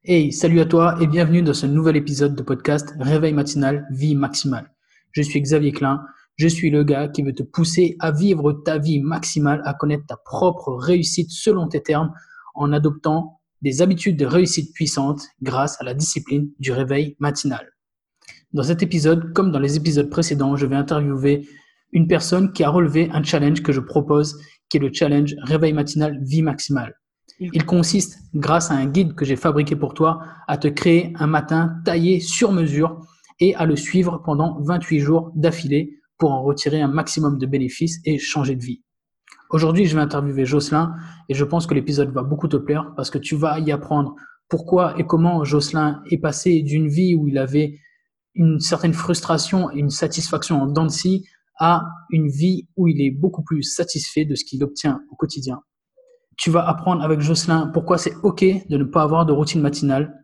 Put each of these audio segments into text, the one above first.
Hey, salut à toi et bienvenue dans ce nouvel épisode de podcast Réveil matinal, vie maximale. Je suis Xavier Klein, je suis le gars qui veut te pousser à vivre ta vie maximale, à connaître ta propre réussite selon tes termes, en adoptant des habitudes de réussite puissantes grâce à la discipline du réveil matinal. Dans cet épisode, comme dans les épisodes précédents, je vais interviewer une personne qui a relevé un challenge que je propose, qui est le challenge Réveil matinal, vie maximale. Il consiste, grâce à un guide que j'ai fabriqué pour toi, à te créer un matin taillé sur mesure et à le suivre pendant 28 jours d'affilée pour en retirer un maximum de bénéfices et changer de vie. Aujourd'hui, je vais interviewer Jocelyn et je pense que l'épisode va beaucoup te plaire parce que tu vas y apprendre pourquoi et comment Jocelyn est passé d'une vie où il avait une certaine frustration et une satisfaction en dents de scie à une vie où il est beaucoup plus satisfait de ce qu'il obtient au quotidien. Tu vas apprendre avec Jocelyn pourquoi c'est OK de ne pas avoir de routine matinale.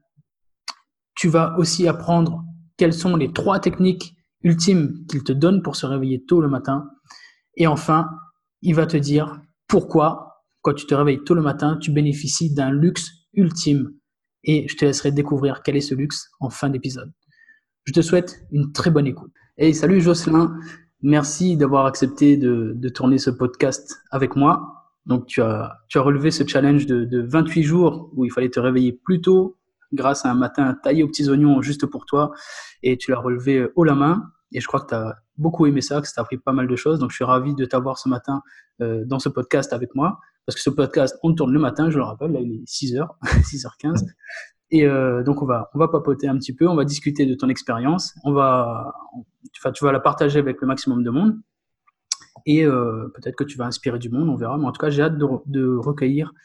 Tu vas aussi apprendre quelles sont les 3 techniques ultimes qu'il te donne pour se réveiller tôt le matin. Et enfin, il va te dire pourquoi, quand tu te réveilles tôt le matin, tu bénéficies d'un luxe ultime. Et je te laisserai découvrir quel est ce luxe en fin d'épisode. Je te souhaite une très bonne écoute. Hey, salut Jocelyn, merci d'avoir accepté de tourner ce podcast avec moi. Donc tu as relevé ce challenge de 28 jours où il fallait te réveiller plus tôt grâce à un matin taillé aux petits oignons juste pour toi et tu l'as relevé haut la main et je crois que tu as beaucoup aimé ça, que ça t'a appris pas mal de choses. Donc je suis ravi de t'avoir ce matin dans ce podcast avec moi parce que ce podcast, on le tourne le matin, je le rappelle, là il est 6h, 6h15. Et donc on va papoter un petit peu, on va discuter de ton expérience, tu vas la partager avec le maximum de monde et peut-être que tu vas inspirer du monde, on verra. Mais en tout cas, j'ai hâte de recueillir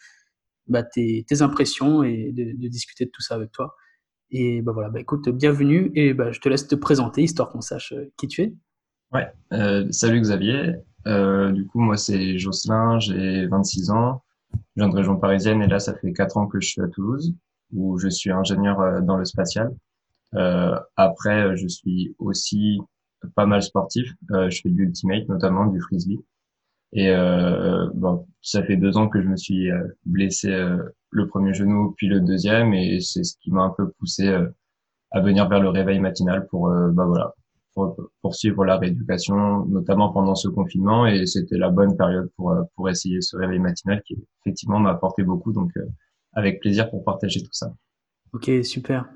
tes impressions et de discuter de tout ça avec toi. Et voilà, écoute, bienvenue et je te laisse te présenter histoire qu'on sache qui tu es. Ouais, salut Xavier. Du coup, moi c'est Jocelyn, j'ai 26 ans, je viens de région parisienne et là ça fait 4 ans que je suis à Toulouse où je suis ingénieur dans le spatial. Après, je suis aussi pas mal sportif. Je fais du ultimate, notamment du frisbee. Et bon, ça fait 2 ans que je me suis blessé le premier genou puis le deuxième et c'est ce qui m'a un peu poussé à venir vers le réveil matinal pour voilà pour poursuivre la rééducation notamment pendant ce confinement et c'était la bonne période pour essayer ce réveil matinal qui effectivement m'a apporté beaucoup donc avec plaisir pour partager tout ça. Ok, super.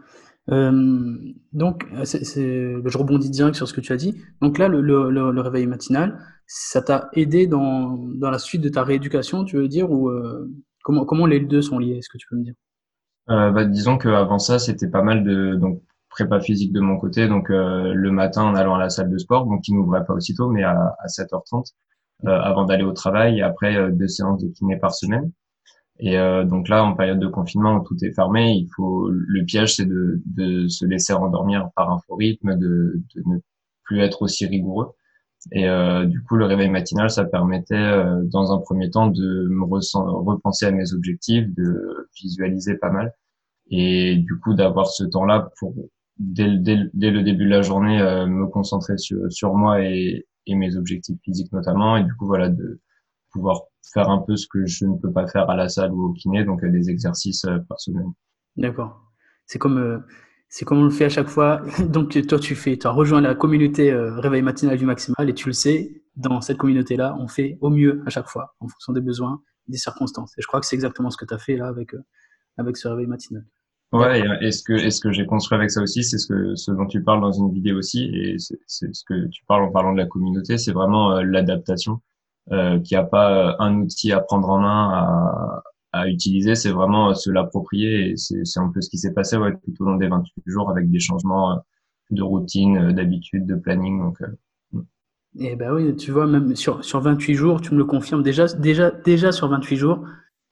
Donc, je rebondis direct sur ce que tu as dit. Donc là, le réveil matinal, ça t'a aidé dans la suite de ta rééducation, tu veux dire, ou comment les deux sont liés, est-ce que tu peux me dire? Disons qu'avant ça c'était pas mal de donc prépa physique de mon côté donc le matin en allant à la salle de sport donc qui n'ouvrait pas aussitôt mais à 7h30 avant d'aller au travail et après 2 séances de kiné par semaine. Et donc là, en période de confinement où tout est fermé, le piège, c'est de se laisser endormir par un faux rythme, de ne plus être aussi rigoureux. Et du coup, le réveil matinal, ça permettait, dans un premier temps, de repenser à mes objectifs, de visualiser pas mal, et du coup d'avoir ce temps-là pour dès le début de la journée me concentrer sur moi et mes objectifs physiques notamment, et du coup voilà de pouvoir faire un peu ce que je ne peux pas faire à la salle ou au kiné, donc des exercices par semaine. D'accord. C'est comme, euh, c'est comme on le fait à chaque fois. Donc, toi, tu as rejoint la communauté Réveil matinal du Maximal et tu le sais, dans cette communauté-là, on fait au mieux à chaque fois, en fonction des besoins, des circonstances. Et je crois que c'est exactement ce que tu as fait là avec ce réveil matinal. Ouais, D'accord. et ce que j'ai construit avec ça aussi, c'est ce dont tu parles dans une vidéo aussi, et c'est ce que tu parles en parlant de la communauté, c'est vraiment l'adaptation, qui a pas un outil à prendre en main à utiliser, c'est vraiment se l'approprier, et c'est un peu ce qui s'est passé ouais, tout au long des 28 jours avec des changements de routine, d'habitude, de planning, donc Et ben oui, tu vois, même sur 28 jours, tu me le confirmes, déjà sur 28 jours,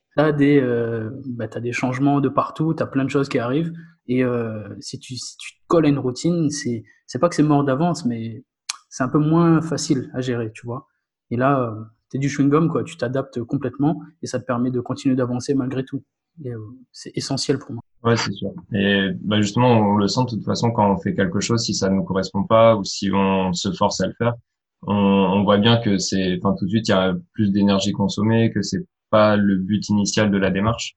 t'as des changements de partout, tu as plein de choses qui arrivent. Et si tu te colles à une routine, c'est pas que c'est mort d'avance, mais c'est un peu moins facile à gérer, tu vois. Et là, tu es du chewing-gum, quoi. Tu t'adaptes complètement et ça te permet de continuer d'avancer malgré tout. Et c'est essentiel pour moi. ouais, c'est sûr. Et justement, on le sent de toute façon quand on fait quelque chose, si ça ne nous correspond pas ou si on se force à le faire, on voit bien que enfin tout de suite il y a plus d'énergie consommée, que c'est pas le but initial de la démarche.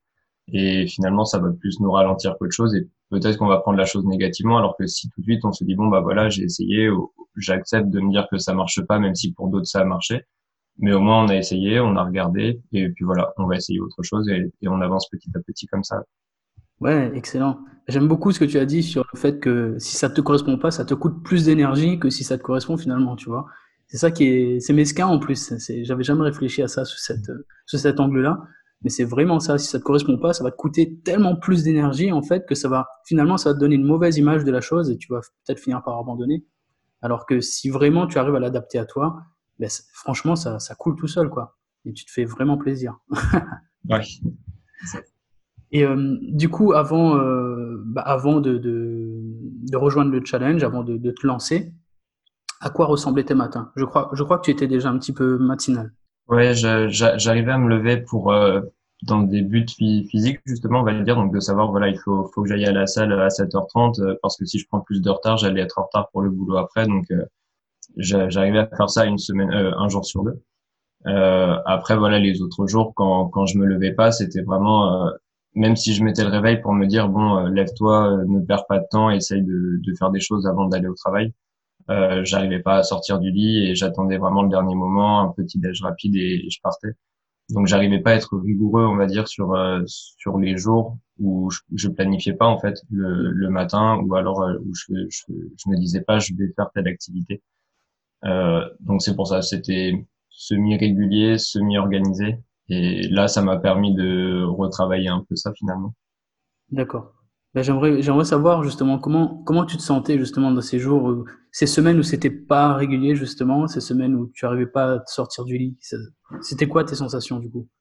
Et finalement, ça va plus nous ralentir qu'autre chose. Et peut-être qu'on va prendre la chose négativement, alors que si tout de suite on se dit bon bah voilà, j'ai essayé, j'accepte de me dire que ça marche pas, même si pour d'autres ça a marché. Mais au moins on a essayé, on a regardé, et puis voilà, on va essayer autre chose et on avance petit à petit comme ça. Ouais, excellent. J'aime beaucoup ce que tu as dit sur le fait que si ça te correspond pas, ça te coûte plus d'énergie que si ça te correspond finalement, tu vois. C'est ça qui est, c'est mesquin en plus. J'avais jamais réfléchi à ça sous cet angle-là. Mais c'est vraiment ça. Si ça te correspond pas, ça va te coûter tellement plus d'énergie, en fait, que finalement, ça va te donner une mauvaise image de la chose et tu vas peut-être finir par abandonner. Alors que si vraiment tu arrives à l'adapter à toi, ben, franchement, ça coule tout seul, quoi. Et tu te fais vraiment plaisir. Ouais. Ça. Et du coup, avant de rejoindre le challenge, avant de te lancer, à quoi ressemblaient tes matins? Je crois que tu étais déjà un petit peu matinal. Ouais, j'arrivais à me lever pour dans des buts physiques justement, on va dire, donc de savoir voilà, faut que j'aille à la salle à 7h30 parce que si je prends plus de retard, j'allais être en retard pour le boulot après, donc j'arrivais à faire ça une semaine, un jour sur deux. Après voilà, les autres jours quand je me levais pas, c'était vraiment même si je mettais le réveil pour me dire bon, lève-toi, ne perds pas de temps, essaye de faire des choses avant d'aller au travail. J'arrivais pas à sortir du lit et j'attendais vraiment le dernier moment, un petit déj rapide et je partais. Donc j'arrivais pas à être rigoureux, on va dire, sur les jours où je planifiais pas en fait le matin ou alors où je me disais pas je vais faire telle activité. Donc c'est pour ça, c'était semi-régulier, semi-organisé et là ça m'a permis de retravailler un peu ça finalement. D'accord. Ben, j'aimerais savoir justement comment tu te sentais justement dans ces jours, ces semaines où c'était pas régulier justement, ces semaines où tu arrivais pas à te sortir du lit. C'était quoi tes sensations du coup?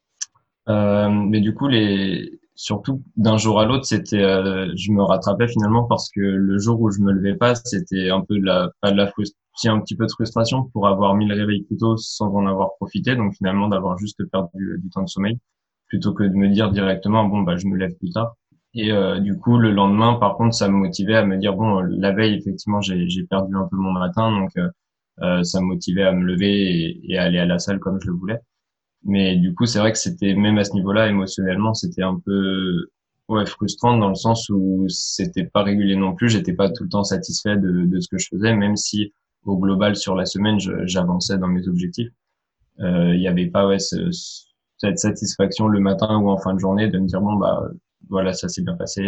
Mais du coup, surtout d'un jour à l'autre, je me rattrapais finalement parce que le jour où je me levais pas, c'était un peu pas de la si un petit peu de frustration pour avoir mis le réveil plus tôt sans en avoir profité. Donc finalement, d'avoir juste perdu du temps de sommeil plutôt que de me dire directement, bon, bah, je me lève plus tard. Et du coup, le lendemain, par contre, ça me motivait à me dire, bon, la veille, effectivement, j'ai perdu un peu mon matin, donc ça me motivait à me lever et à aller à la salle comme je le voulais. Mais du coup, c'est vrai que c'était, même à ce niveau-là, émotionnellement, c'était un peu, ouais, frustrant dans le sens où c'était pas régulier non plus. J'étais pas tout le temps satisfait de ce que je faisais, même si au global, sur la semaine, j'avançais dans mes objectifs. Il y avait pas, ouais, cette satisfaction le matin ou en fin de journée de me dire, bon, bah, voilà, ça s'est bien passé,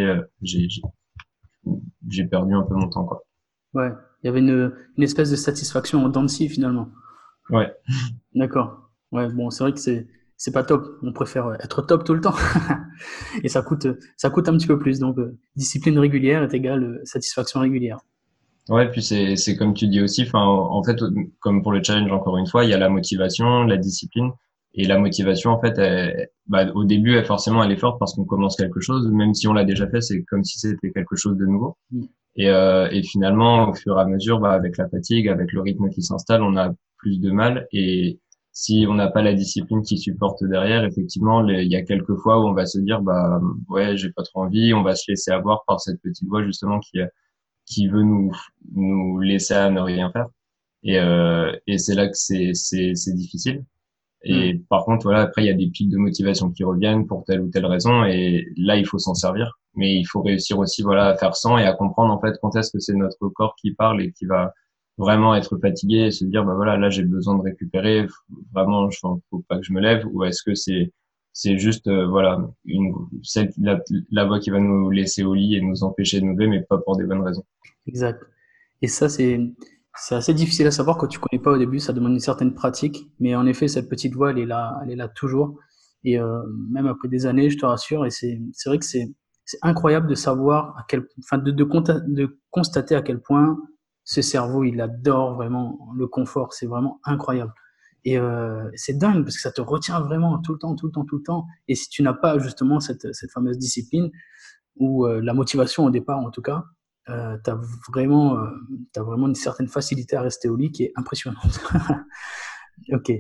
j'ai perdu un peu mon temps, quoi. Ouais, il y avait une espèce de satisfaction en dents de scie finalement. Ouais. D'accord. Ouais, bon, c'est vrai que c'est pas top. On préfère être top tout le temps. Et ça coûte un petit peu plus. Donc, discipline régulière est égale satisfaction régulière. Ouais, puis c'est comme tu dis aussi, enfin en fait comme pour le challenge encore une fois, il y a la motivation, la discipline et la motivation en fait bah, au début forcément elle est forte parce qu'on commence quelque chose, même si on l'a déjà fait, c'est comme si c'était quelque chose de nouveau. Mm. Et finalement au fur et à mesure, bah, avec la fatigue, avec le rythme qui s'installe, on a plus de mal et si on n'a pas la discipline qui supporte derrière, effectivement, il y a quelques fois où on va se dire bah ouais, j'ai pas trop envie, on va se laisser avoir par cette petite voix justement qui veut nous laisser à ne rien faire. Et c'est là que c'est difficile. Mm. Et par contre, voilà, après, il y a des pics de motivation qui reviennent pour telle ou telle raison. Et là, il faut s'en servir. Mais il faut réussir aussi, voilà, à faire sans et à comprendre, en fait, quand est-ce que c'est notre corps qui parle et qui va vraiment être fatigué et se dire, bah voilà, là, j'ai besoin de récupérer. Vraiment, faut pas que je me lève. Ou est-ce que c'est juste, voilà, la voix qui va nous laisser au lit et nous empêcher de nous lever, mais pas pour des bonnes raisons. Exact. Et ça, c'est assez difficile à savoir quand tu connais pas au début. Ça demande une certaine pratique. Mais en effet, cette petite voix, elle est là toujours. Et même après des années, je te rassure. Et c'est vrai que c'est incroyable de savoir enfin, de constater à quel point ce cerveau, il adore vraiment le confort. C'est vraiment incroyable. Et c'est dingue parce que ça te retient vraiment tout le temps, tout le temps, tout le temps. Et si tu n'as pas justement cette fameuse discipline, ou la motivation au départ en tout cas, tu as vraiment une certaine facilité à rester au lit qui est impressionnante. Ok.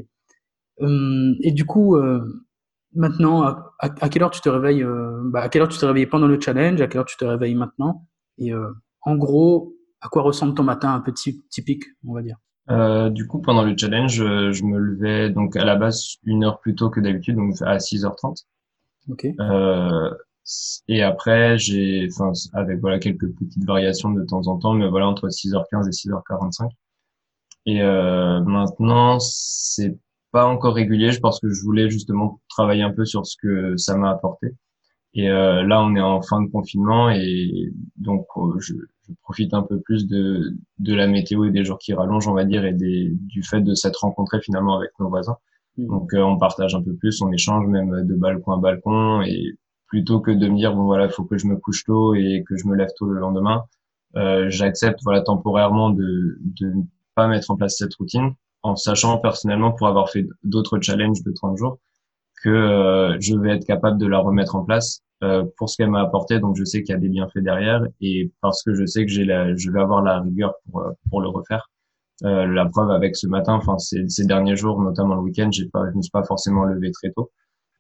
Et du coup, maintenant, à quelle heure tu te réveilles à quelle heure tu te réveillais pendant le challenge, à quelle heure tu te réveilles maintenant? Et en gros, à quoi ressemble ton matin un peu typique, on va dire? Du coup, pendant le challenge, je me levais donc à la base 1 heure plus tôt que d'habitude, donc à 6h30. Ok. Euh, et après, enfin, avec voilà quelques petites variations de temps en temps, mais voilà entre 6h15 et 6h45. Et maintenant, c'est pas encore régulier, je pense que je voulais justement travailler un peu sur ce que ça m'a apporté. Et là, on est en fin de confinement et donc je profite un peu plus de la météo et des jours qui rallongent, on va dire, et du fait de s'être rencontrés finalement avec nos voisins. Mhm. Donc on partage un peu plus, on échange même de balcon à balcon et plutôt que de me dire bon voilà, il faut que je me couche tôt et que je me lève tôt le lendemain, j'accepte voilà temporairement de ne pas mettre en place cette routine en sachant personnellement pour avoir fait d'autres challenges de 30 jours que je vais être capable de la remettre en place pour ce qu'elle m'a apporté. Donc je sais qu'il y a des bienfaits derrière et parce que je sais que je vais avoir la rigueur pour le refaire. La preuve avec ce matin, enfin ces derniers jours, notamment le week-end, je me suis pas forcément levé très tôt,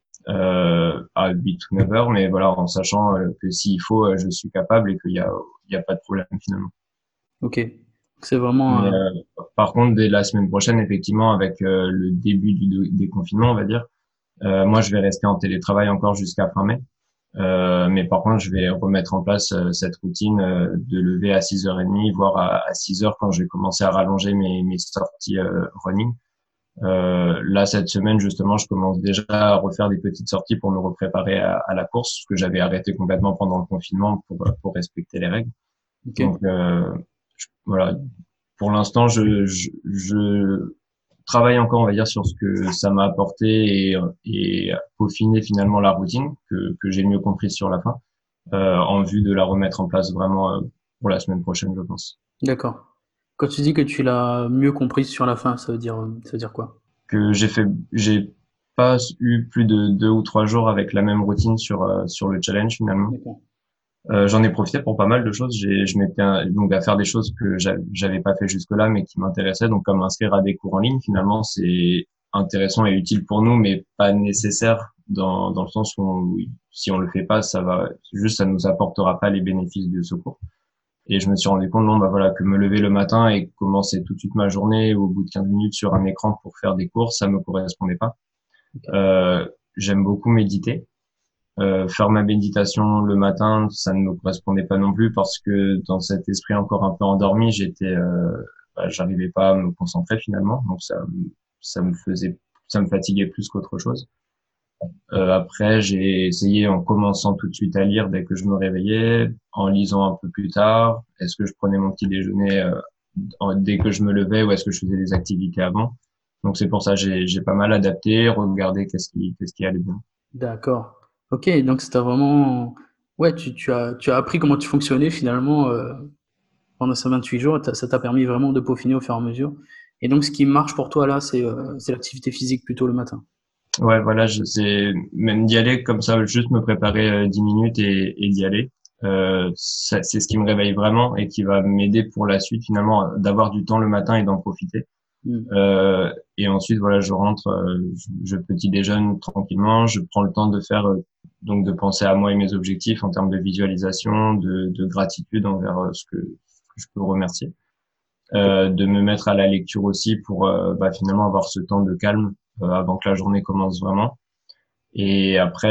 à 8 ou 9 heures, mais voilà, en sachant que s'il faut, je suis capable et il y a pas de problème finalement. Ok. C'est vraiment. Mais par contre, dès la semaine prochaine, effectivement, avec le début du déconfinement, on va dire, moi, je vais rester en télétravail encore jusqu'à fin mai. Mais par contre, je vais remettre en place cette routine de lever à 6h30, voire à 6h quand je vais commencer à rallonger mes sorties running. Là, cette semaine, justement, je commence déjà à refaire des petites sorties pour me repréparer à la course, que j'avais arrêté complètement pendant le confinement pour respecter les règles. Ok. Donc, voilà. Pour l'instant, je travaille encore, on va dire, sur ce que ça m'a apporté et peaufiner finalement la routine que j'ai mieux compris sur la fin, en vue de la remettre en place vraiment pour la semaine prochaine, je pense. D'accord. Quand tu dis que tu l'as mieux comprise sur la fin, ça veut dire quoi? Que j'ai pas eu plus de 2 ou 3 jours avec la même routine sur le challenge finalement. D'accord. J'en ai profité pour pas mal de choses. Je m'étais donc à faire des choses que j'avais pas fait jusque-là, mais qui m'intéressaient. Donc comme inscrire à des cours en ligne, finalement, c'est intéressant et utile pour nous, mais pas nécessaire dans le sens où si on le fait pas, ça nous apportera pas les bénéfices de ce cours. Et je me suis rendu compte, non, bah voilà, que me lever le matin et commencer tout de suite ma journée au bout de 15 minutes sur un écran pour faire des cours, ça me correspondait pas. Ok. Euh, J'aime beaucoup méditer. Faire ma méditation le matin, ça ne me correspondait pas non plus parce que dans cet esprit encore un peu endormi, j'arrivais pas à me concentrer finalement, donc ça me faisait, ça me fatiguait plus qu'autre chose. Après, j'ai essayé en commençant tout de suite à lire dès que je me réveillais, en lisant un peu plus tard. Est-ce que je prenais mon petit déjeuner dès que je me levais ou est-ce que je faisais des activités avant? Donc c'est pour ça j'ai pas mal adapté, regardé qu'est-ce qui allait bien. D'accord. Ok, donc ça t'a vraiment. Ouais, tu as appris comment tu fonctionnais finalement pendant ces 28 jours. Ça t'a permis vraiment de peaufiner au fur et à mesure. Et donc, ce qui marche pour toi là, c'est l'activité physique plutôt le matin. Ouais, voilà, je sais même d'y aller comme ça, juste me préparer 10 minutes et d'y aller. C'est ce qui me réveille vraiment et qui va m'aider pour la suite finalement d'avoir du temps le matin et d'en profiter. Hmm. Et ensuite, voilà, je rentre, je petit déjeune tranquillement, je prends le temps de faire donc de penser à moi et mes objectifs en termes de visualisation, de gratitude envers ce que je peux remercier, Ok. de me mettre à la lecture aussi pour bah, finalement avoir ce temps de calme avant que la journée commence vraiment. Et après,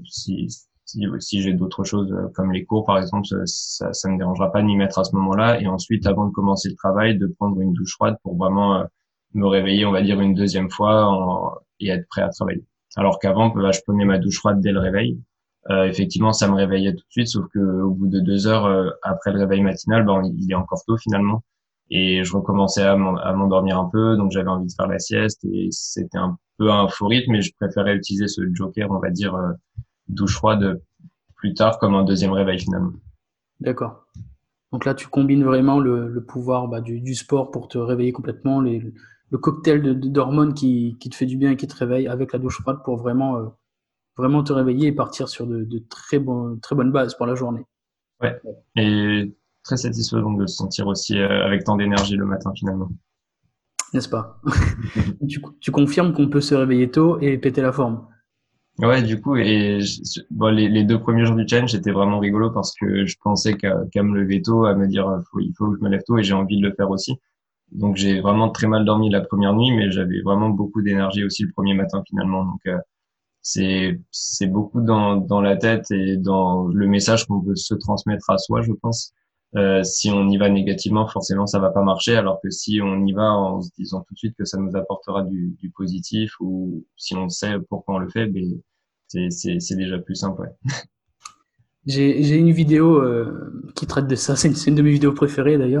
si j'ai d'autres choses comme les cours, par exemple, ça me dérangera pas de m'y mettre à ce moment-là. Et ensuite, avant de commencer le travail, de prendre une douche froide pour vraiment me réveiller, on va dire, une deuxième fois et être prêt à travailler. Alors qu'avant, bah, je prenais ma douche froide dès le réveil. Effectivement, ça me réveillait tout de suite, sauf que au bout de 2 heures après le réveil matinal, ben, il est encore tôt finalement. Et je recommençais à m'endormir un peu, donc j'avais envie de faire la sieste et c'était un peu un faux rythme, mais je préférais utiliser ce joker, on va dire, douche froide plus tard comme un deuxième réveil finalement. D'accord. Donc là, tu combines vraiment le pouvoir bah, du sport pour te réveiller complètement, le cocktail d'hormones qui te fait du bien et qui te réveille avec la douche froide pour vraiment te réveiller et partir sur de très bonnes bases pour la journée. Ouais. Et très satisfaisant de se sentir aussi avec tant d'énergie le matin finalement. N'est-ce pas? Tu confirmes qu'on peut se réveiller tôt et péter la forme. Ouais, du coup, bon, les 2 premiers jours du challenge, c'était vraiment rigolo parce que je pensais qu'à me lever tôt, à me dire, il faut que je me lève tôt et j'ai envie de le faire aussi. Donc, j'ai vraiment très mal dormi la première nuit, mais j'avais vraiment beaucoup d'énergie aussi le premier matin finalement. Donc, c'est beaucoup dans la tête et dans le message qu'on veut se transmettre à soi, je pense. Si on y va négativement, forcément, ça va pas marcher. Alors que si on y va en se disant tout de suite que ça nous apportera du positif, ou si on sait pourquoi on le fait, ben, c'est déjà plus simple, ouais. J'ai une vidéo qui traite de ça. C'est une de mes vidéos préférées d'ailleurs.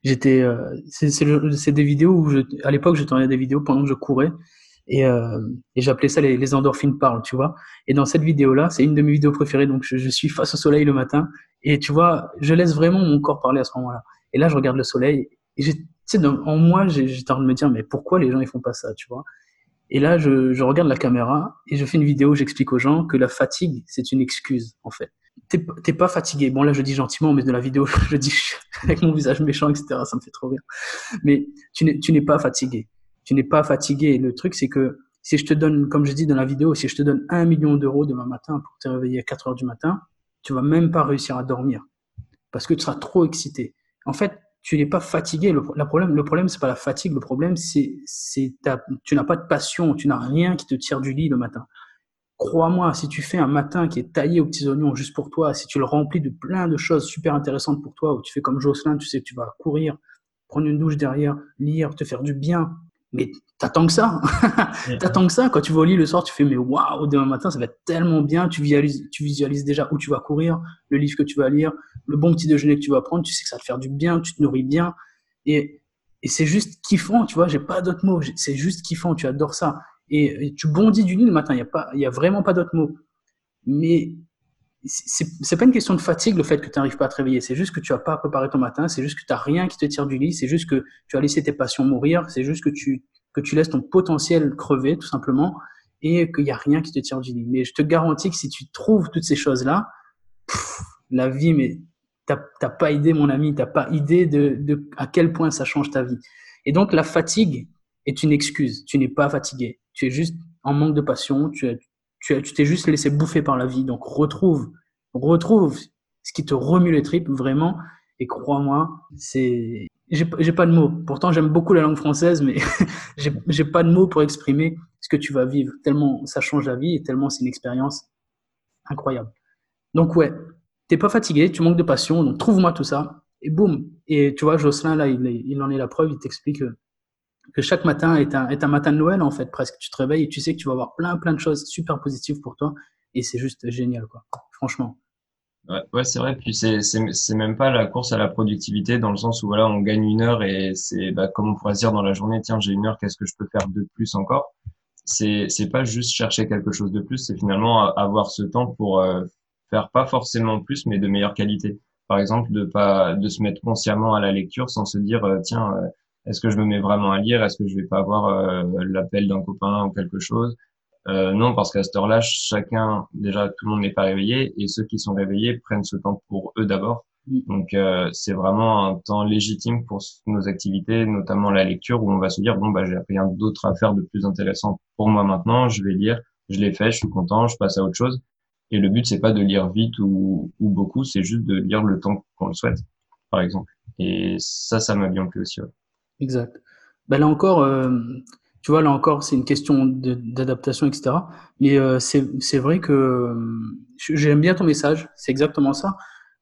C'est des vidéos où à l'époque, je tournais des vidéos pendant que je courais et j'appelais ça les endorphines parlent, tu vois. Et dans cette vidéo-là, c'est une de mes vidéos préférées. Donc je suis face au soleil le matin et tu vois, je laisse vraiment mon corps parler à ce moment-là. Et là, je regarde le soleil et tu sais, en moi, j'étais en train de me dire, mais pourquoi les gens ils font pas ça, tu vois? Et là, je regarde la caméra et je fais une vidéo où j'explique aux gens que la fatigue, c'est une excuse, en fait. T'es pas fatigué. Bon, là, je dis gentiment, mais de la vidéo, je dis avec mon visage méchant, etc. Ça me fait trop rire. Mais tu n'es pas fatigué. Tu n'es pas fatigué. Et le truc, c'est que si je te donne, comme je dis dans la vidéo, si je te donne 1 million d'euros demain matin pour te réveiller à 4 heures du matin, tu vas même pas réussir à dormir parce que tu seras trop excité. En fait, tu n'es pas fatigué. Le problème, c'est pas la fatigue. Le problème, tu n'as pas de passion. Tu n'as rien qui te tire du lit le matin. Crois-moi, si tu fais un matin qui est taillé aux petits oignons juste pour toi, si tu le remplis de plein de choses super intéressantes pour toi, ou tu fais comme Jocelyn, tu sais que tu vas courir, prendre une douche derrière, lire, te faire du bien, mais t'attends que ça. T'attends que ça. Quand tu vas au lit le soir, tu fais mais waouh, demain matin, ça va être tellement bien. Tu visualises déjà où tu vas courir, le livre que tu vas lire, le bon petit déjeuner que tu vas prendre. Tu sais que ça va te faire du bien, tu te nourris bien. Et, et c'est juste kiffant, tu vois. J'ai pas d'autres mots. C'est juste kiffant. Tu adores ça. Et tu bondis du lit le matin. Il y a vraiment pas d'autres mots. Mais c'est pas une question de fatigue le fait que tu n'arrives pas à te réveiller. C'est juste que tu as pas préparé ton matin. C'est juste que tu n'as rien qui te tire du lit. C'est juste que tu as laissé tes passions mourir. C'est juste que tu laisses ton potentiel crever, tout simplement, et qu'il n'y a rien qui te tire du lit. Mais je te garantis que si tu trouves toutes ces choses-là, la vie, mais t'as pas idée, mon ami, t'as pas idée de à quel point ça change ta vie. Et donc, la fatigue est une excuse. Tu n'es pas fatigué. Tu es juste en manque de passion. Tu t'es juste laissé bouffer par la vie. Donc, retrouve ce qui te remue les tripes, vraiment. Et crois-moi, j'ai pas de mots. Pourtant, j'aime beaucoup la langue française, mais j'ai pas de mots pour exprimer ce que tu vas vivre. Tellement ça change la vie et tellement c'est une expérience incroyable. Donc ouais, t'es pas fatigué, tu manques de passion, donc trouve-moi tout ça, et boum. Et tu vois, Jocelyn, là, il en est la preuve, il t'explique que chaque matin est un matin de Noël, en fait, presque. Tu te réveilles et tu sais que tu vas avoir plein, plein de choses super positives pour toi, et c'est juste génial, quoi. Franchement. Ouais, ouais, c'est vrai. Puis c'est même pas la course à la productivité dans le sens où voilà, on gagne une heure et c'est bah, comme on pourrait se dire dans la journée, tiens, j'ai une heure, qu'est-ce que je peux faire de plus encore? C'est pas juste chercher quelque chose de plus, c'est finalement avoir ce temps pour faire pas forcément plus, mais de meilleure qualité. Par exemple, de se mettre consciemment à la lecture sans se dire tiens, est-ce que je me mets vraiment à lire? Est-ce que je vais pas avoir l'appel d'un copain ou quelque chose? Non, parce qu'à cette heure-là, chacun, déjà, tout le monde n'est pas réveillé et ceux qui sont réveillés prennent ce temps pour eux d'abord. Donc, c'est vraiment un temps légitime pour nos activités, notamment la lecture, où on va se dire, bon, bah, j'ai rien d'autre à faire de plus intéressant pour moi maintenant, je vais lire, je l'ai fait, je suis content, je passe à autre chose. Et le but, c'est pas de lire vite ou beaucoup, c'est juste de lire le temps qu'on le souhaite, par exemple. Et ça m'a bien plu aussi, ouais. Exact. Ben là encore, tu vois, là encore, c'est une question d'adaptation, etc. Mais c'est vrai que j'aime bien ton message, c'est exactement ça.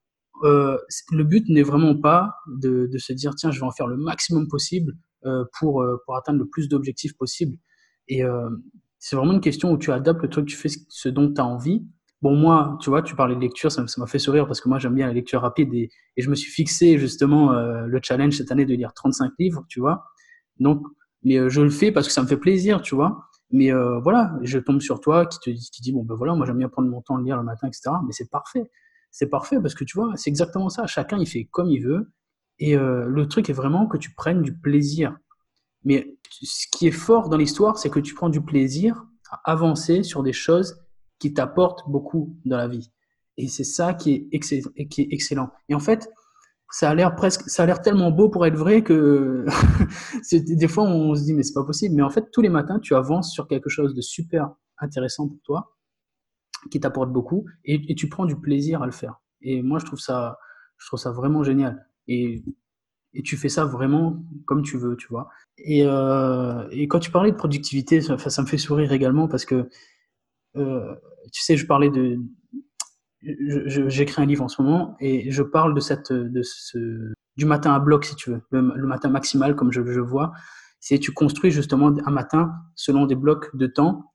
Le but n'est vraiment pas de se dire, tiens, je vais en faire le maximum possible pour atteindre le plus d'objectifs possible. Et c'est vraiment une question où tu adaptes le truc, tu fais ce dont tu as envie. Bon, moi, tu vois, tu parlais de lecture, ça m'a fait sourire parce que moi, j'aime bien la lecture rapide et je me suis fixé justement le challenge cette année de lire 35 livres, tu vois. Donc, mais je le fais parce que ça me fait plaisir, tu vois. Mais voilà, je tombe sur toi qui dit, bon, ben voilà, moi, j'aime bien prendre mon temps de lire le matin, etc. Mais c'est parfait. C'est parfait parce que tu vois, c'est exactement ça. Chacun, il fait comme il veut. Et le truc est vraiment que tu prennes du plaisir. Mais ce qui est fort dans l'histoire, c'est que tu prends du plaisir à avancer sur des choses qui t'apportent beaucoup dans la vie. Et c'est ça qui est excellent. Et en fait, ça a l'air tellement beau pour être vrai que des fois on se dit mais c'est pas possible. Mais en fait, tous les matins, tu avances sur quelque chose de super intéressant pour toi qui t'apporte beaucoup et tu prends du plaisir à le faire. Et moi, je trouve ça vraiment génial. Et tu fais ça vraiment comme tu veux, tu vois. Et quand tu parlais de productivité, ça me fait sourire également parce que euh, tu sais, je parlais j'écris un livre en ce moment et je parle du matin à bloc, si tu veux, le matin maximal, comme je vois. C'est tu construis justement un matin selon des blocs de temps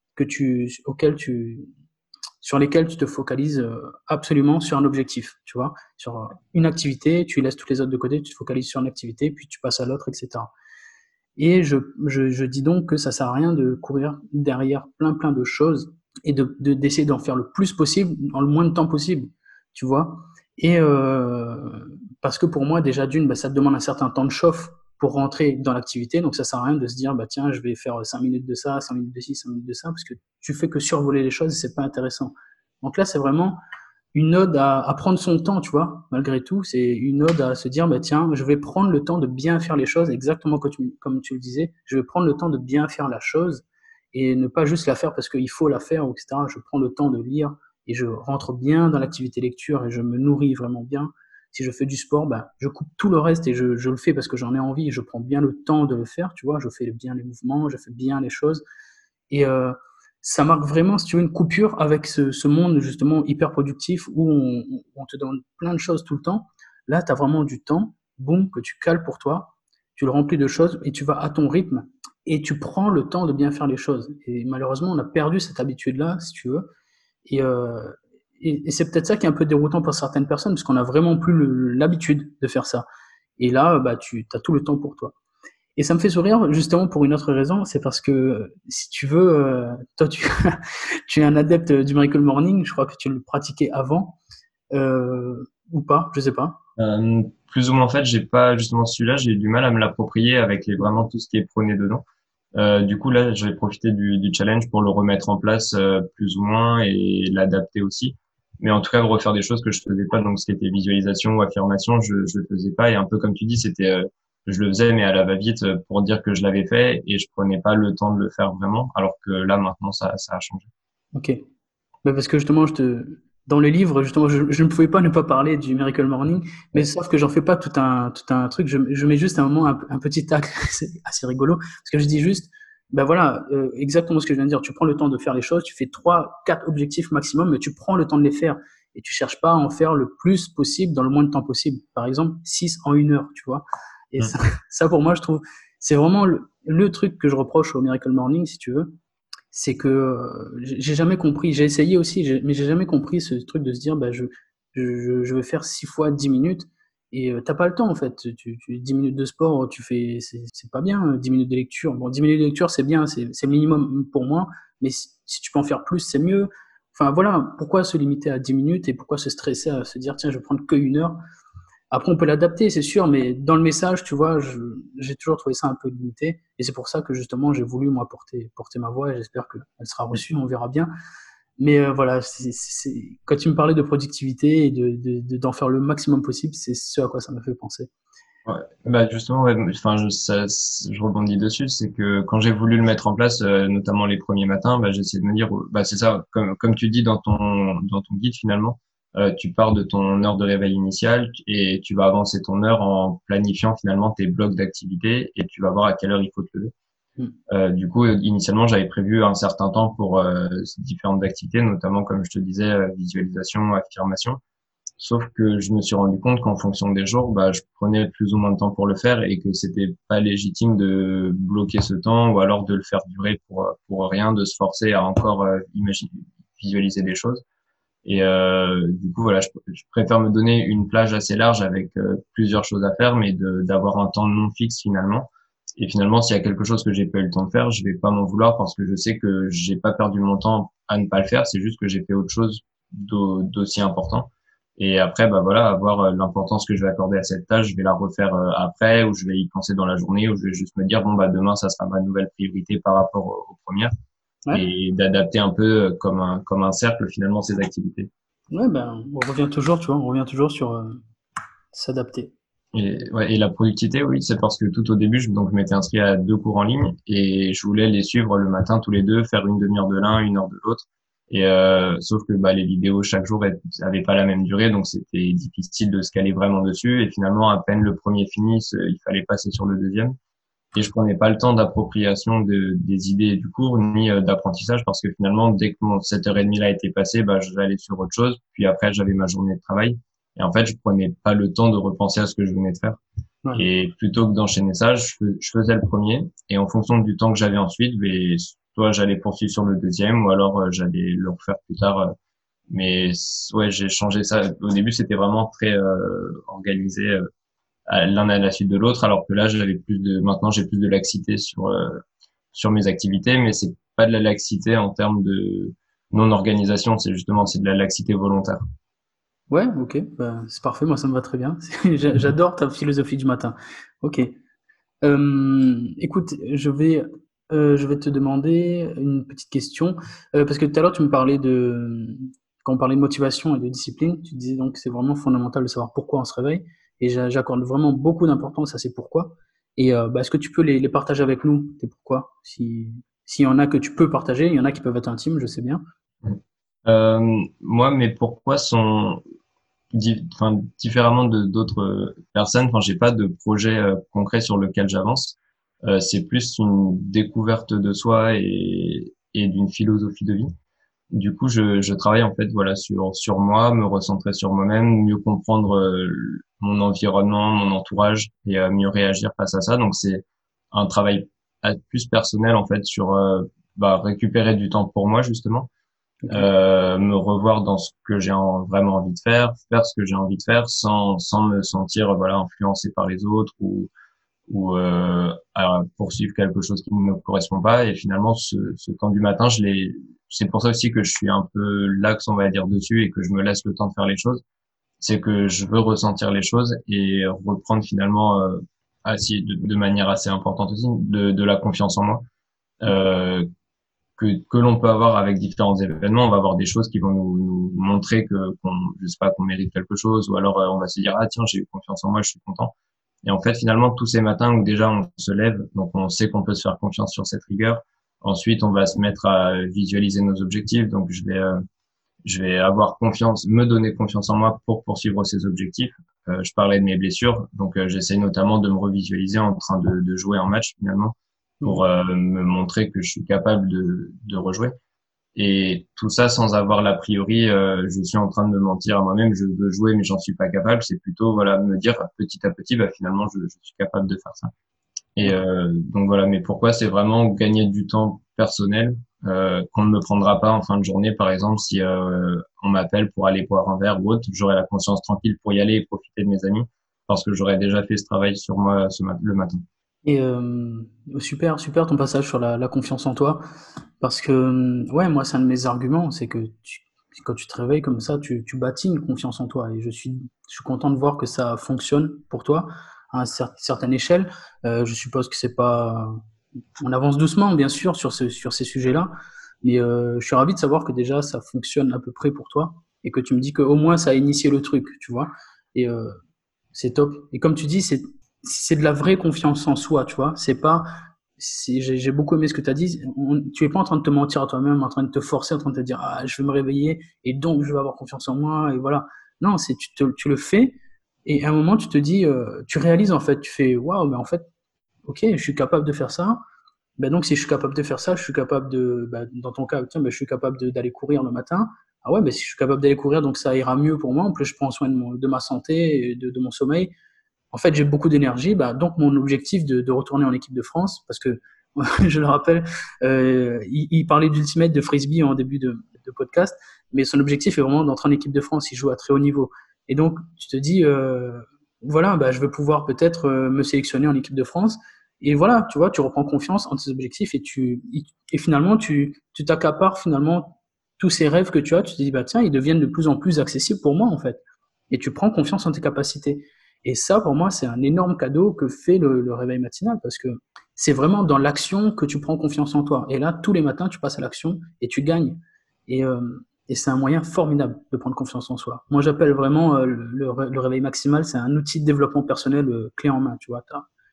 sur lesquels tu te focalises absolument sur un objectif, tu vois, sur une activité, tu laisses toutes les autres de côté, tu te focalises sur une activité, puis tu passes à l'autre, etc. Et je dis donc que ça sert à rien de courir derrière plein de choses et d'essayer d'en faire le plus possible dans le moins de temps possible, tu vois. Et parce que pour moi, déjà d'une, bah, ça te demande un certain temps de chauffe pour rentrer dans l'activité. Donc ça sert à rien de se dire, bah tiens, je vais faire 5 minutes de ça, 5 minutes de ci, 5 minutes de ça, parce que tu fais que survoler les choses et c'est pas intéressant. Donc là, c'est vraiment une ode à prendre son temps, tu vois, malgré tout. C'est une ode à se dire, bah, tiens, je vais prendre le temps de bien faire les choses, exactement comme tu le disais. Je vais prendre le temps de bien faire la chose et ne pas juste la faire parce qu'il faut la faire, etc. Je prends le temps de lire et je rentre bien dans l'activité lecture et je me nourris vraiment bien. Si je fais du sport, bah, je coupe tout le reste et je le fais parce que j'en ai envie et je prends bien le temps de le faire, tu vois. Je fais bien les mouvements, je fais bien les choses. Et ça marque vraiment, si tu veux, une coupure avec ce monde justement hyper productif où on te donne plein de choses tout le temps. Là, tu as vraiment du temps, boum, que tu cales pour toi, tu le remplis de choses et tu vas à ton rythme et tu prends le temps de bien faire les choses. Et malheureusement, on a perdu cette habitude-là, si tu veux. Et, euh, et c'est peut-être ça qui est un peu déroutant pour certaines personnes, parce qu'on a vraiment plus l'habitude de faire ça. Et là, bah, tu as tout le temps pour toi. Et ça me fait sourire justement pour une autre raison, c'est parce que si tu veux, toi tu es un adepte du Miracle Morning, je crois que tu le pratiquais avant, ou pas, je sais pas. Plus ou moins en fait, j'ai pas justement celui-là, j'ai eu du mal à me l'approprier avec vraiment tout ce qui est prôné dedans. Du coup là, j'ai profité du challenge pour le remettre en place plus ou moins et l'adapter aussi. Mais en tout cas, refaire des choses que je faisais pas, donc ce qui était visualisation ou affirmation, je le faisais pas. Et un peu comme tu dis, c'était je le faisais mais à la va-vite pour dire que je l'avais fait et je prenais pas le temps de le faire vraiment. Alors que là maintenant, ça a changé. Ok. Bah, parce que justement, dans le livre, justement, je ne pouvais pas ne pas parler du Miracle Morning, mais Ouais. sauf que j'en fais pas tout un truc. Je mets juste un moment, un petit tag, c'est assez rigolo, parce que je dis juste, ben voilà, exactement ce que je viens de dire. Tu prends le temps de faire les choses, tu fais 3, 4 objectifs maximum, mais tu prends le temps de les faire et tu cherches pas à en faire le plus possible dans le moins de temps possible. Par exemple, 6 en 1 heure, tu vois. Et Mm. ça, pour moi, je trouve, c'est vraiment le truc que je reproche au Miracle Morning, si tu veux, c'est que j'ai jamais compris. J'ai essayé aussi, mais j'ai jamais compris ce truc de se dire, bah, je vais faire 6 fois 10 minutes. Et t'as pas le temps en fait. 10 minutes de sport, c'est pas bien. 10 minutes de lecture. Bon, 10 minutes de lecture, c'est bien, c'est le minimum pour moi. Mais si tu peux en faire plus, c'est mieux. Enfin voilà, pourquoi se limiter à 10 minutes et pourquoi se stresser à se dire, tiens, je vais prendre que 1 heure. Après, on peut l'adapter, c'est sûr, mais dans le message, tu vois, j'ai toujours trouvé ça un peu limité. Et c'est pour ça que justement, j'ai voulu, moi, porter ma voix et j'espère qu'elle sera reçue, on verra bien. Mais voilà, quand tu me parlais de productivité et d'en faire le maximum possible, c'est ce à quoi ça m'a fait penser. Ouais. Bah justement, ouais, enfin, je rebondis dessus, c'est que quand j'ai voulu le mettre en place, notamment les premiers matins, bah, j'ai essayé de me dire, bah c'est ça, comme tu dis dans ton guide finalement, tu pars de ton heure de réveil initial et tu vas avancer ton heure en planifiant finalement tes blocs d'activité et tu vas voir à quelle heure il faut te lever. Mm. Du coup, initialement, j'avais prévu un certain temps pour ces différentes activités, notamment comme je te disais, visualisation, affirmation. Sauf que je me suis rendu compte qu'en fonction des jours, bah, je prenais plus ou moins de temps pour le faire et que c'était pas légitime de bloquer ce temps ou alors de le faire durer pour rien, de se forcer à encore imaginer, visualiser des choses. Et du coup, voilà, je préfère me donner une plage assez large avec plusieurs choses à faire, mais d'avoir un temps non fixe finalement. Et finalement, s'il y a quelque chose que j'ai pas eu le temps de faire, je vais pas m'en vouloir parce que je sais que j'ai pas perdu mon temps à ne pas le faire. C'est juste que j'ai fait autre chose d'aussi important. Et après, bah voilà, avoir l'importance que je vais accorder à cette tâche, je vais la refaire après, ou je vais y penser dans la journée, ou je vais juste me dire bon bah demain ça sera ma nouvelle priorité par rapport aux premières, Ouais, et d'adapter un peu comme un cercle finalement ces activités. ouais, ben, on revient toujours, tu vois, on revient toujours sur s'adapter. Et, ouais, et la productivité, oui, c'est parce que tout au début, donc, je m'étais inscrit à 2 cours en ligne et je voulais les suivre le matin tous les deux, faire une demi-heure de l'un, 1 heure de l'autre. Et sauf que bah, les vidéos chaque jour avaient pas la même durée, donc c'était difficile de se caler vraiment dessus. Et finalement, à peine le premier fini, il fallait passer sur le deuxième. et je prenais pas le temps d'appropriation des idées du cours ni d'apprentissage parce que finalement dès que mon 7h30 là était passé, bah j'allais sur autre chose, puis après j'avais ma journée de travail et en fait je prenais pas le temps de repenser à ce que je venais de faire. Ouais. Et plutôt que d'enchaîner ça, je faisais le premier et en fonction du temps que j'avais ensuite, ben, soit j'allais poursuivre sur le deuxième ou alors j'allais le refaire plus tard. Mais ouais, j'ai changé ça. Au début, c'était vraiment très organisé l'un à la suite de l'autre, alors que là, maintenant, j'ai plus de laxité sur mes activités, mais c'est pas de la laxité en termes de non-organisation, c'est de la laxité volontaire. Ouais, ok, bah, c'est parfait, moi ça me va très bien. J'adore ta philosophie du matin. Ok. Écoute, je vais te demander une petite question, parce que tout à l'heure tu me parlais quand on parlait de motivation et de discipline, tu disais donc que c'est vraiment fondamental de savoir pourquoi on se réveille, et j'accorde vraiment beaucoup d'importance à ces pourquoi. Et bah, est-ce que tu peux les partager avec nous, tes pourquoi? S'il y en a que tu peux partager, il y en a qui peuvent être intimes, je sais bien. Moi, mes pourquoi sont différemment de d'autres personnes. Enfin, j'ai pas de projet concret sur lequel j'avance. C'est plus une découverte de soi et d'une philosophie de vie. Du coup, je travaille en fait voilà sur moi, me recentrer sur moi-même, mieux comprendre mon environnement, mon entourage et mieux réagir face à ça. Donc c'est un travail plus personnel en fait sur récupérer du temps pour moi justement, Ok. me revoir dans ce que vraiment envie de faire ce que j'ai envie de faire sans me sentir voilà influencé par les autres ou à poursuivre quelque chose qui ne me correspond pas. Et finalement, ce temps du matin, c'est pour ça aussi que je suis un peu lax, on va dire, dessus et que je me laisse le temps de faire les choses. C'est que je veux ressentir les choses et reprendre finalement, de manière assez importante aussi, de la confiance en moi. Ok. Euh, que l'on peut avoir avec différents événements, on va avoir des choses qui vont nous montrer je sais pas, qu'on mérite quelque chose, ou alors on va se dire ah tiens j'ai eu confiance en moi, je suis content. Et en fait, finalement, tous ces matins où déjà on se lève, donc on sait qu'on peut se faire confiance sur cette rigueur. Ensuite, on va se mettre à visualiser nos objectifs. Donc, je vais avoir confiance, me donner confiance en moi pour poursuivre ces objectifs. Je parlais de mes blessures, donc j'essaie notamment de me revisualiser en train de jouer un match finalement pour Mhm. me montrer que je suis capable de rejouer. Et tout ça sans avoir l'a priori, je suis en train de me mentir à moi-même, je veux jouer mais j'en suis pas capable. C'est plutôt voilà me dire petit à petit, bah finalement je suis capable de faire ça. Et Ok. donc voilà, mais pourquoi c'est vraiment gagner du temps personnel qu'on ne me prendra pas en fin de journée, par exemple, si on m'appelle pour aller boire un verre ou autre, j'aurai la conscience tranquille pour y aller et profiter de mes amis parce que j'aurais déjà fait ce travail sur moi le matin. Et super, super ton passage sur la confiance en toi. Parce que, ouais, moi, c'est un de mes arguments, c'est que quand tu te réveilles comme ça, tu bâtis une confiance en toi. Et je suis content de voir que ça fonctionne pour toi à une certaine échelle. Je suppose que c'est pas, on avance doucement, bien sûr, sur ces sujets-là. Mais je suis ravi de savoir que déjà, ça fonctionne à peu près pour toi. Et que tu me dis qu'au moins, ça a initié le truc, tu vois. Et c'est top. Et comme tu dis, c'est de la vraie confiance en soi, tu vois. C'est pas, j'ai beaucoup aimé ce que tu as dit. Tu es pas en train de te mentir à toi-même, en train de te forcer, en train de te dire, ah, je vais me réveiller et donc je vais avoir confiance en moi et voilà. Non, tu le fais et à un moment tu te dis, tu réalises en fait, tu fais, waouh, mais en fait, ok, je suis capable de faire ça. Ben donc, si je suis capable de faire ça, je suis capable dans ton cas, tiens, ben, je suis capable d'aller courir le matin. Ah ouais, ben si je suis capable d'aller courir, donc ça ira mieux pour moi. En plus, je prends soin de ma santé et de mon sommeil. En fait, j'ai beaucoup d'énergie. Bah, donc, mon objectif de retourner en équipe de France, parce que je le rappelle, il parlait d'Ultimate, de Frisbee en début de podcast, mais son objectif est vraiment d'entrer en équipe de France. Il joue à très haut niveau. Et donc, tu te dis, voilà, bah, je veux pouvoir peut-être me sélectionner en équipe de France. Et voilà, tu vois, tu reprends confiance en tes objectifs et finalement, tu t'accapares finalement tous ces rêves que tu as. Tu te dis, bah, tiens, ils deviennent de plus en plus accessibles pour moi, en fait. Et tu prends confiance en tes capacités. Et ça, pour moi, c'est un énorme cadeau que fait le réveil matinal parce que c'est vraiment dans l'action que tu prends confiance en toi. Et là, tous les matins, tu passes à l'action et tu gagnes. Et, euh, et c'est un moyen formidable de prendre confiance en soi. Moi, j'appelle vraiment le réveil maximal, c'est un outil de développement personnel clé en main. Tu vois,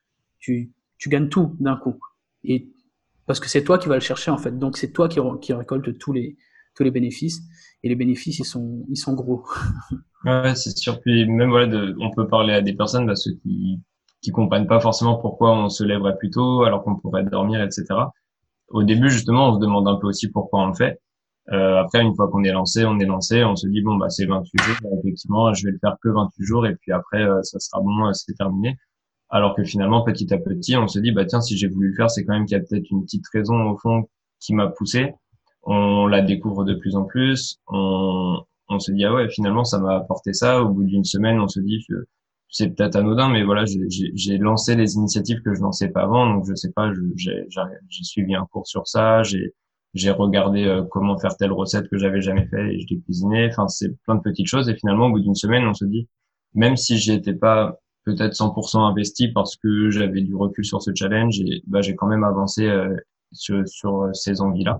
tu gagnes tout d'un coup. Et parce que c'est toi qui vas le chercher en fait. Donc c'est toi qui récolte tous les bénéfices. Et les bénéfices, ils sont gros. Ouais, c'est sûr. Puis même voilà, on peut parler à des personnes bah, ceux qui comprennent pas forcément pourquoi on se lèverait plus tôt alors qu'on pourrait dormir, etc. Au début, justement, on se demande un peu aussi pourquoi on le fait. Après, une fois qu'on est lancé, on se dit bon bah c'est 28 jours, effectivement, je vais le faire que 28 jours et puis après ça sera bon, c'est terminé. Alors que finalement, petit à petit, on se dit bah tiens, si j'ai voulu le faire, c'est quand même qu'il y a peut-être une petite raison au fond qui m'a poussé. On la découvre de plus en plus. On se dit ah ouais, finalement ça m'a apporté ça. Au bout d'une semaine, on se dit que c'est peut-être anodin, mais voilà, j'ai lancé les initiatives que je lançais pas avant, donc je sais pas, j'ai suivi un cours sur ça, j'ai regardé comment faire telle recette que j'avais jamais fait et je l'ai cuisinée. Enfin, c'est plein de petites choses et finalement, au bout d'une semaine, on se dit, même si j'y étais pas peut-être 100% investi parce que j'avais du recul sur ce challenge, et bah j'ai quand même avancé sur ces envies-là.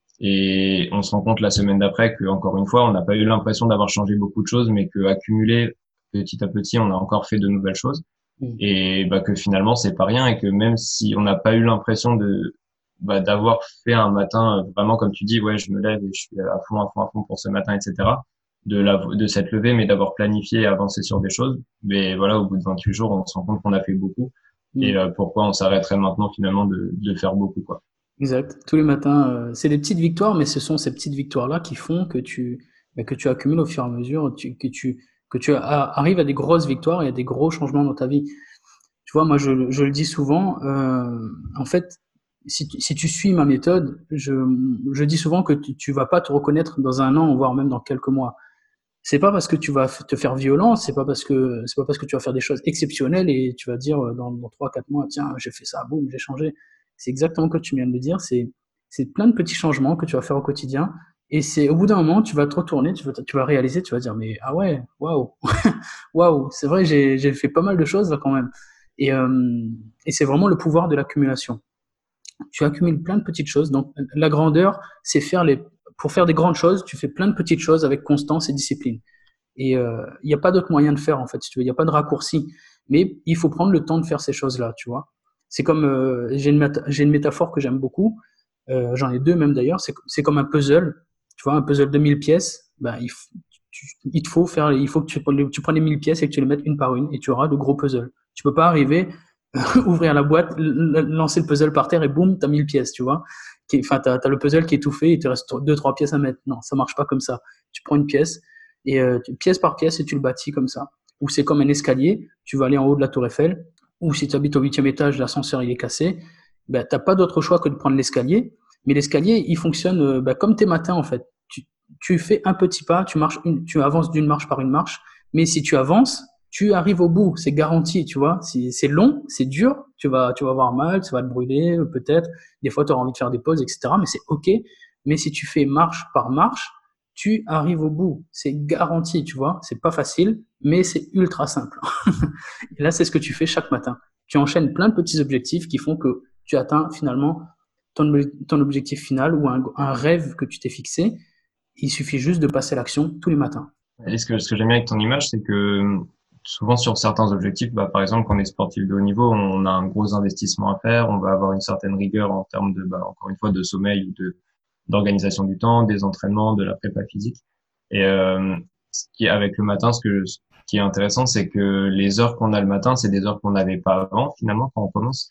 Et on se rend compte la semaine d'après que, encore une fois, on n'a pas eu l'impression d'avoir changé beaucoup de choses, mais que accumulé petit à petit, on a encore fait de nouvelles choses. Mm. Et bah, que finalement, c'est pas rien et que même si on n'a pas eu l'impression d'avoir fait un matin vraiment comme tu dis, ouais, je me lève et je suis à fond pour ce matin, etc. De s'être levé, mais d'avoir planifié et avancé sur des choses. Mais voilà, au bout de 28 jours, on se rend compte qu'on a fait beaucoup. Et Mm. pourquoi on s'arrêterait maintenant finalement de faire beaucoup, quoi. Exact. Tous les matins, c'est des petites victoires, mais ce sont ces petites victoires-là qui font que tu accumules au fur et à mesure, que tu arrives à des grosses victoires et à des gros changements dans ta vie. Tu vois, moi, je le dis souvent, en fait, si tu suis ma méthode, je dis souvent que tu vas pas te reconnaître dans un an, voire même dans quelques mois. C'est pas parce que tu vas te faire violence, c'est pas parce que tu vas faire des choses exceptionnelles et tu vas dire dans 3, 4 mois, tiens, j'ai fait ça, boum, j'ai changé. C'est exactement comme tu viens de le dire, c'est plein de petits changements que tu vas faire au quotidien et c'est au bout d'un moment, tu vas te retourner, tu vas réaliser, tu vas dire, mais ah ouais, waouh, waouh, c'est vrai, j'ai fait pas mal de choses là quand même. Et, euh, et c'est vraiment le pouvoir de l'accumulation. Tu accumules plein de petites choses. Donc, la grandeur, c'est pour faire des grandes choses, tu fais plein de petites choses avec constance et discipline. Et il n'y a pas d'autre moyen de faire, en fait, si tu veux. Il n'y a pas de raccourci. Mais il faut prendre le temps de faire ces choses-là, tu vois. C'est comme, j'ai une métaphore que j'aime beaucoup. J'en ai deux même d'ailleurs. C'est comme un puzzle. Tu vois, un puzzle de 1000 pièces. Ben, il faut que tu prennes les 1000 pièces et que tu les mettes une par une et tu auras de gros puzzles. Tu peux pas arriver, ouvrir la boîte, lancer le puzzle par terre et boum, t'as 1000 pièces, tu vois. Enfin, t'as le puzzle qui est tout fait, il te reste deux, trois pièces à mettre. Non, ça marche pas comme ça. Tu prends une pièce et pièce par pièce et tu le bâtis comme ça. Ou c'est comme un escalier, tu vas aller en haut de la tour Eiffel, ou si tu habites au 8e étage, l'ascenseur il est cassé, ben, t'as pas d'autre choix que de prendre l'escalier, mais l'escalier il fonctionne ben, comme tes matins en fait. Tu fais un petit pas, tu avances d'une marche par une marche, mais si tu avances, tu arrives au bout, c'est garanti, tu vois. C'est long, c'est dur, tu vas avoir mal, tu vas te brûler, peut-être. Des fois, tu auras envie de faire des pauses, etc. Mais c'est OK. Mais si tu fais marche par marche, tu arrives au bout. C'est garanti, tu vois. C'est pas facile, mais c'est ultra simple. Et là, c'est ce que tu fais chaque matin. Tu enchaînes plein de petits objectifs qui font que tu atteins finalement ton objectif final ou un rêve que tu t'es fixé. Il suffit juste de passer à l'action tous les matins. Et ce que j'aime bien avec ton image, c'est que souvent sur certains objectifs, bah, par exemple, quand on est sportif de haut niveau, on a un gros investissement à faire, on va avoir une certaine rigueur en termes de, bah, encore une fois, de sommeil ou d'organisation du temps, des entraînements, de la prépa physique. Et ce qui est avec le matin, ce qui est intéressant, c'est que les heures qu'on a le matin, c'est des heures qu'on n'avait pas avant, finalement, quand on commence,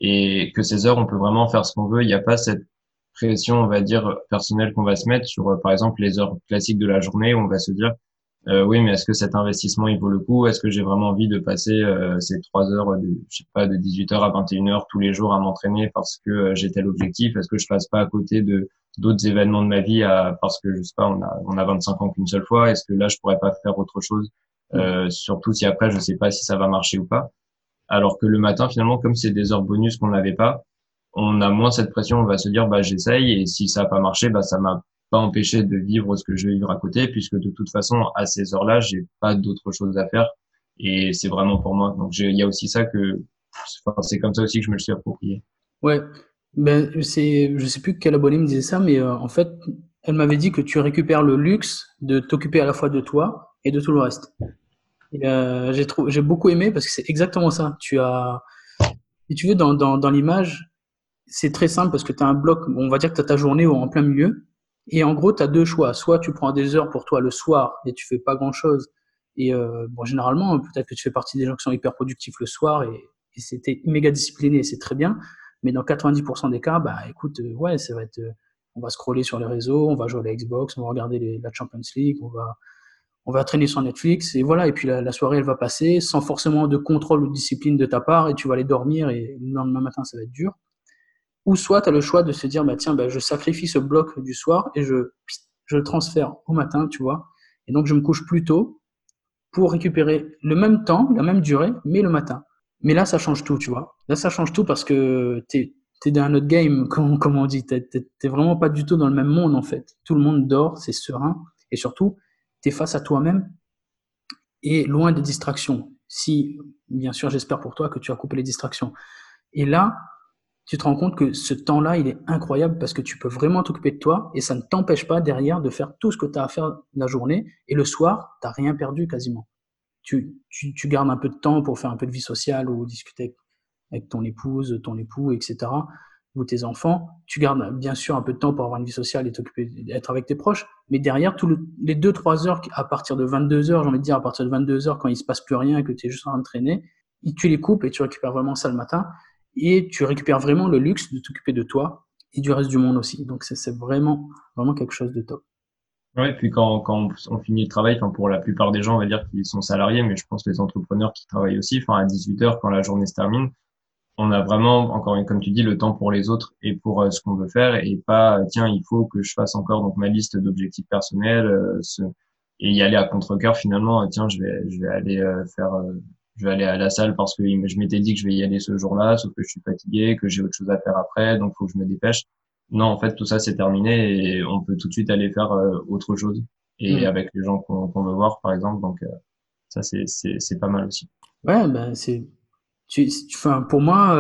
et que ces heures, on peut vraiment faire ce qu'on veut. Il n'y a pas cette pression, on va dire, personnelle qu'on va se mettre sur, par exemple, les heures classiques de la journée où on va se dire, oui, mais est-ce que cet investissement, il vaut le coup? Est-ce que j'ai vraiment envie de passer ces 3 heures, je sais pas, de 18 heures à 21 heures tous les jours à m'entraîner parce que j'ai tel objectif? Est-ce que je passe pas à côté de d'autres événements de ma vie parce que, je sais pas, on a 25 ans qu'une seule fois? Est-ce que là, je pourrais pas faire autre chose? Surtout si après, je sais pas si ça va marcher ou pas. Alors que le matin, finalement, comme c'est des heures bonus qu'on n'avait pas, on a moins cette pression, on va se dire, bah, j'essaye, et si ça n'a pas marché, bah, ça m'a pas empêché de vivre ce que je vais vivre à côté, puisque de toute façon, à ces heures-là, j'ai pas d'autre chose à faire, et c'est vraiment pour moi. Donc, il y a aussi ça enfin, c'est comme ça aussi que je me le suis approprié. Ouais, ben je sais plus quel abonné me disait ça, mais en fait, elle m'avait dit que tu récupères le luxe de t'occuper à la fois de toi et de tout le reste. Et, j'ai beaucoup aimé parce que c'est exactement ça. Si tu veux, dans l'image, c'est très simple parce que tu as un bloc, on va dire que tu as ta journée en plein milieu, et en gros, tu as deux choix. Soit tu prends des heures pour toi le soir et tu fais pas grand-chose, et bon, généralement, peut-être que tu fais partie des gens qui sont hyper productifs le soir, et c'était méga discipliné, c'est très bien. Mais dans 90% des cas, bah écoute, ouais, ça va être, on va scroller sur les réseaux, on va jouer à la Xbox, on va regarder la Champions League, on va traîner sur Netflix, et voilà. Et puis la soirée, elle va passer sans forcément de contrôle ou de discipline de ta part, et tu vas aller dormir, et le lendemain matin, ça va être dur. Ou soit tu as le choix de se dire, bah tiens, bah, je sacrifie ce bloc du soir et je le transfère au matin, tu vois. Et donc, je me couche plus tôt pour récupérer le même temps, la même durée, mais le matin. Mais là, ça change tout, tu vois. Là, ça change tout parce que t'es dans un autre game, comme on dit. T'es vraiment pas du tout dans le même monde, en fait. Tout le monde dort, c'est serein. Et surtout, t'es face à toi-même et loin des distractions. Si, bien sûr, j'espère pour toi que tu as coupé les distractions. Et là, tu te rends compte que ce temps-là, il est incroyable parce que tu peux vraiment t'occuper de toi et ça ne t'empêche pas derrière de faire tout ce que tu as à faire la journée. Et le soir, tu n'as rien perdu quasiment. Tu gardes un peu de temps pour faire un peu de vie sociale ou discuter avec ton épouse, ton époux, etc. ou tes enfants. Tu gardes bien sûr un peu de temps pour avoir une vie sociale et t'occuper, être avec tes proches. Mais derrière, les 2-3 heures, à partir de 22 heures, j'ai envie de dire, à partir de 22 heures, quand il se passe plus rien et que tu es juste en train de traîner, tu les coupes et tu récupères vraiment ça le matin. Et tu récupères vraiment le luxe de t'occuper de toi et du reste du monde aussi. Donc c'est vraiment, vraiment quelque chose de top. Ouais, puis quand on finit le travail, enfin pour la plupart des gens, on va dire qu'ils sont salariés, mais je pense les entrepreneurs qui travaillent aussi, enfin à 18 heures quand la journée se termine, on a vraiment encore comme tu dis le temps pour les autres et pour ce qu'on veut faire et pas tiens il faut que je fasse encore donc ma liste d'objectifs personnels et y aller à contre-cœur finalement tiens je vais aller je vais aller à la salle parce que je m'étais dit que je vais y aller ce jour-là sauf que je suis fatigué que j'ai autre chose à faire après donc faut que je me dépêche. Non, en fait tout ça c'est terminé et on peut tout de suite aller faire autre chose et Mm. avec les gens qu'on veut voir par exemple donc ça c'est pas mal aussi. Ouais, ben enfin, pour moi,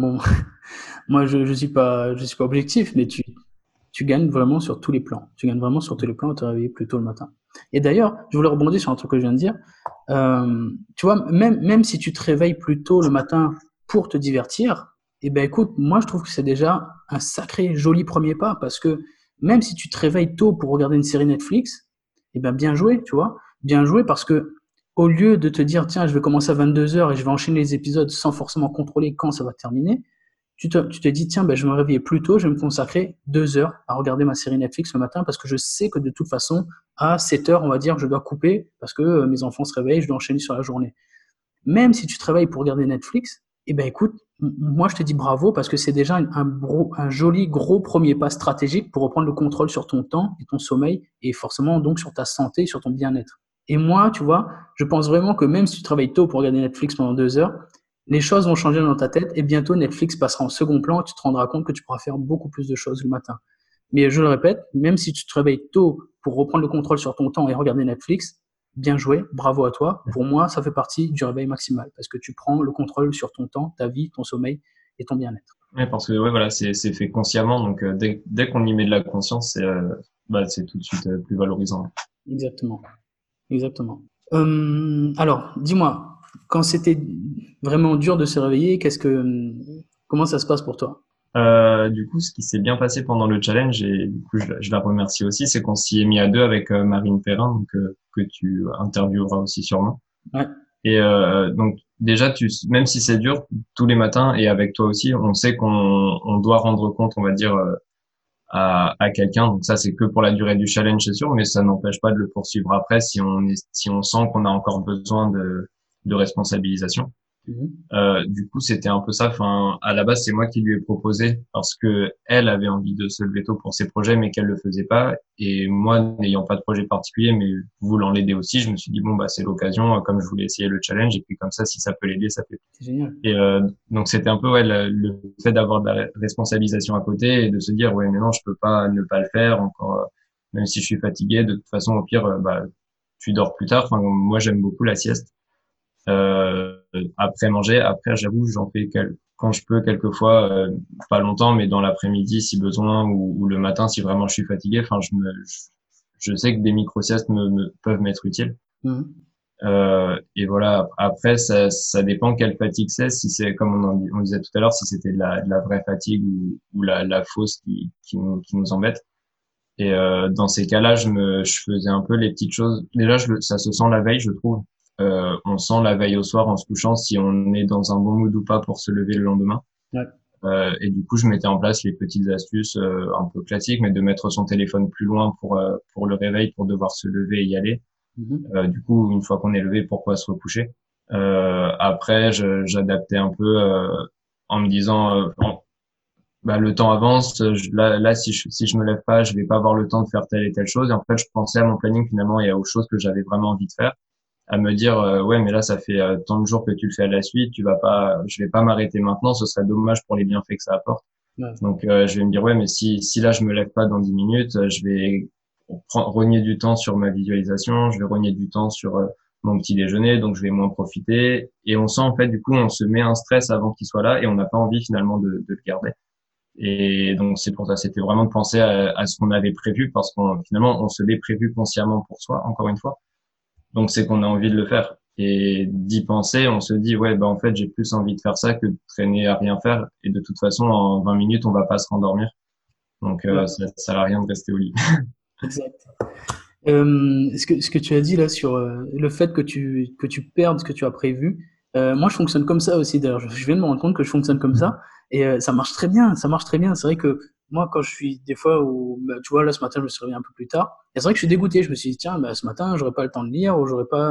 moi je suis pas objectif, mais tu gagnes vraiment sur tous les plans. Tu gagnes vraiment sur tous les plans, te réveiller plus tôt le matin. Et d'ailleurs, je voulais rebondir sur un truc que je viens de dire. Tu vois, même si tu te réveilles plus tôt le matin pour te divertir, eh ben écoute, moi je trouve que c'est déjà un sacré joli premier pas parce que même si tu te réveilles tôt pour regarder une série Netflix, eh ben bien joué, tu vois, bien joué parce que au lieu de te dire tiens, je vais commencer à 22 heures et je vais enchaîner les épisodes sans forcément contrôler quand ça va terminer, tu te dis, tiens, ben, je vais me réveiller plus tôt, je vais me consacrer 2 heures à regarder ma série Netflix le matin parce que je sais que de toute façon, à 7 heures, on va dire, je dois couper parce que mes enfants se réveillent, je dois enchaîner sur la journée. Même si tu travailles pour regarder Netflix, eh ben écoute, moi je te dis bravo parce que c'est déjà un joli gros premier pas stratégique pour reprendre le contrôle sur ton temps et ton sommeil et forcément donc sur ta santé et sur ton bien-être. Et moi, tu vois, je pense vraiment que même si tu travailles tôt pour regarder Netflix pendant 2 heures, les choses vont changer dans ta tête et bientôt Netflix passera en second plan et tu te rendras compte que tu pourras faire beaucoup plus de choses le matin. Mais je le répète, même si tu te réveilles tôt pour reprendre le contrôle sur ton temps et regarder Netflix, bien joué, bravo à toi. Pour moi, ça fait partie du réveil maximal parce que tu prends le contrôle sur ton temps, ta vie, ton sommeil et ton bien-être. Ouais, parce que ouais, voilà, c'est fait consciemment, donc dès qu'on y met de la conscience, c'est tout de suite plus valorisant. Exactement, exactement. Alors, dis-moi, quand c'était vraiment dur de se réveiller, comment ça se passe pour toi? Du coup, ce qui s'est bien passé pendant le challenge, et du coup, je la remercie aussi, c'est qu'on s'y est mis à deux avec Marine Perrin, donc que tu intervieweras aussi sûrement. Ouais. Et donc déjà, même si c'est dur, tous les matins et avec toi aussi, on sait qu'on doit rendre compte, on va dire, à quelqu'un. Donc ça, c'est que pour la durée du challenge, c'est sûr, mais ça n'empêche pas de le poursuivre après si on sent qu'on a encore besoin de responsabilisation. Mhm. Du coup, c'était un peu ça. Enfin, à la base, c'est moi qui lui ai proposé parce que elle avait envie de se lever tôt pour ses projets, mais qu'elle le faisait pas. Et moi, n'ayant pas de projet particulier, mais voulant l'aider aussi, je me suis dit bon bah c'est l'occasion. Comme je voulais essayer le challenge, et puis comme ça, si ça peut l'aider, ça fait. C'est génial. Et donc c'était un peu ouais le fait d'avoir de la responsabilisation à côté et de se dire ouais mais non, je peux pas ne pas le faire encore, même si je suis fatigué. De toute façon, au pire, bah tu dors plus tard. Enfin, moi, j'aime beaucoup la sieste après manger. Après, j'avoue, j'en fais quand je peux, quelquefois, pas longtemps, mais dans l'après-midi si besoin ou le matin si vraiment je suis fatigué. Enfin, je sais que des micro-siestes peuvent m'être utiles. Mhm. Et voilà. Après, ça dépend quelle fatigue c'est. Si c'est comme on disait tout à l'heure, si c'était de la vraie fatigue ou la fausse qui nous embête. Et dans ces cas-là, je faisais un peu les petites choses. Déjà, ça se sent la veille, je trouve. on sent la veille au soir en se couchant si on est dans un bon mood ou pas pour se lever le lendemain. Ouais. Et du coup, je mettais en place les petites astuces un peu classiques, mais de mettre son téléphone plus loin pour le réveil, pour devoir se lever et y aller. Du coup, une fois qu'on est levé, pourquoi se recoucher? Après, j'adaptais un peu en me disant, bah, le temps avance. Là, si je me lève pas, je vais pas avoir le temps de faire telle et telle chose. Et en fait, je pensais à mon planning finalement et aux choses que j'avais vraiment envie de faire, à me dire, ouais, mais là, ça fait tant de jours que tu le fais à la suite, je vais pas m'arrêter maintenant. Ce serait dommage pour les bienfaits que ça apporte. Ouais. Donc, je vais me dire, ouais, mais si là, je me lève pas dans 10 minutes, je vais rogner du temps sur ma visualisation, je vais rogner du temps sur mon petit déjeuner, donc je vais moins profiter. Et on sent, en fait, du coup, on se met un stress avant qu'il soit là et on n'a pas envie, finalement, de le garder. Et donc, c'est pour ça, c'était vraiment de penser à ce qu'on avait prévu parce qu'on, finalement, on se l'est prévu consciemment pour soi, encore une fois. Donc, c'est qu'on a envie de le faire. Et d'y penser, on se dit, ouais, bah, en fait, j'ai plus envie de faire ça que de traîner à rien faire. Et de toute façon, en 20 minutes, on va pas se rendormir. Donc, Ouais. ça sert à rien de rester au lit. Exact. Ce que tu as dit là sur le fait que tu perdes ce que tu as prévu, moi je fonctionne comme ça aussi. D'ailleurs, je viens de me rendre compte que je fonctionne comme ça et ça marche très bien. Ça marche très bien. C'est vrai que moi, quand je suis des fois où, bah, tu vois, là ce matin, je me suis réveillé un peu plus tard. Et c'est vrai que je suis dégoûté. Je me suis dit, tiens, bah, ce matin, j'aurais pas le temps de lire ou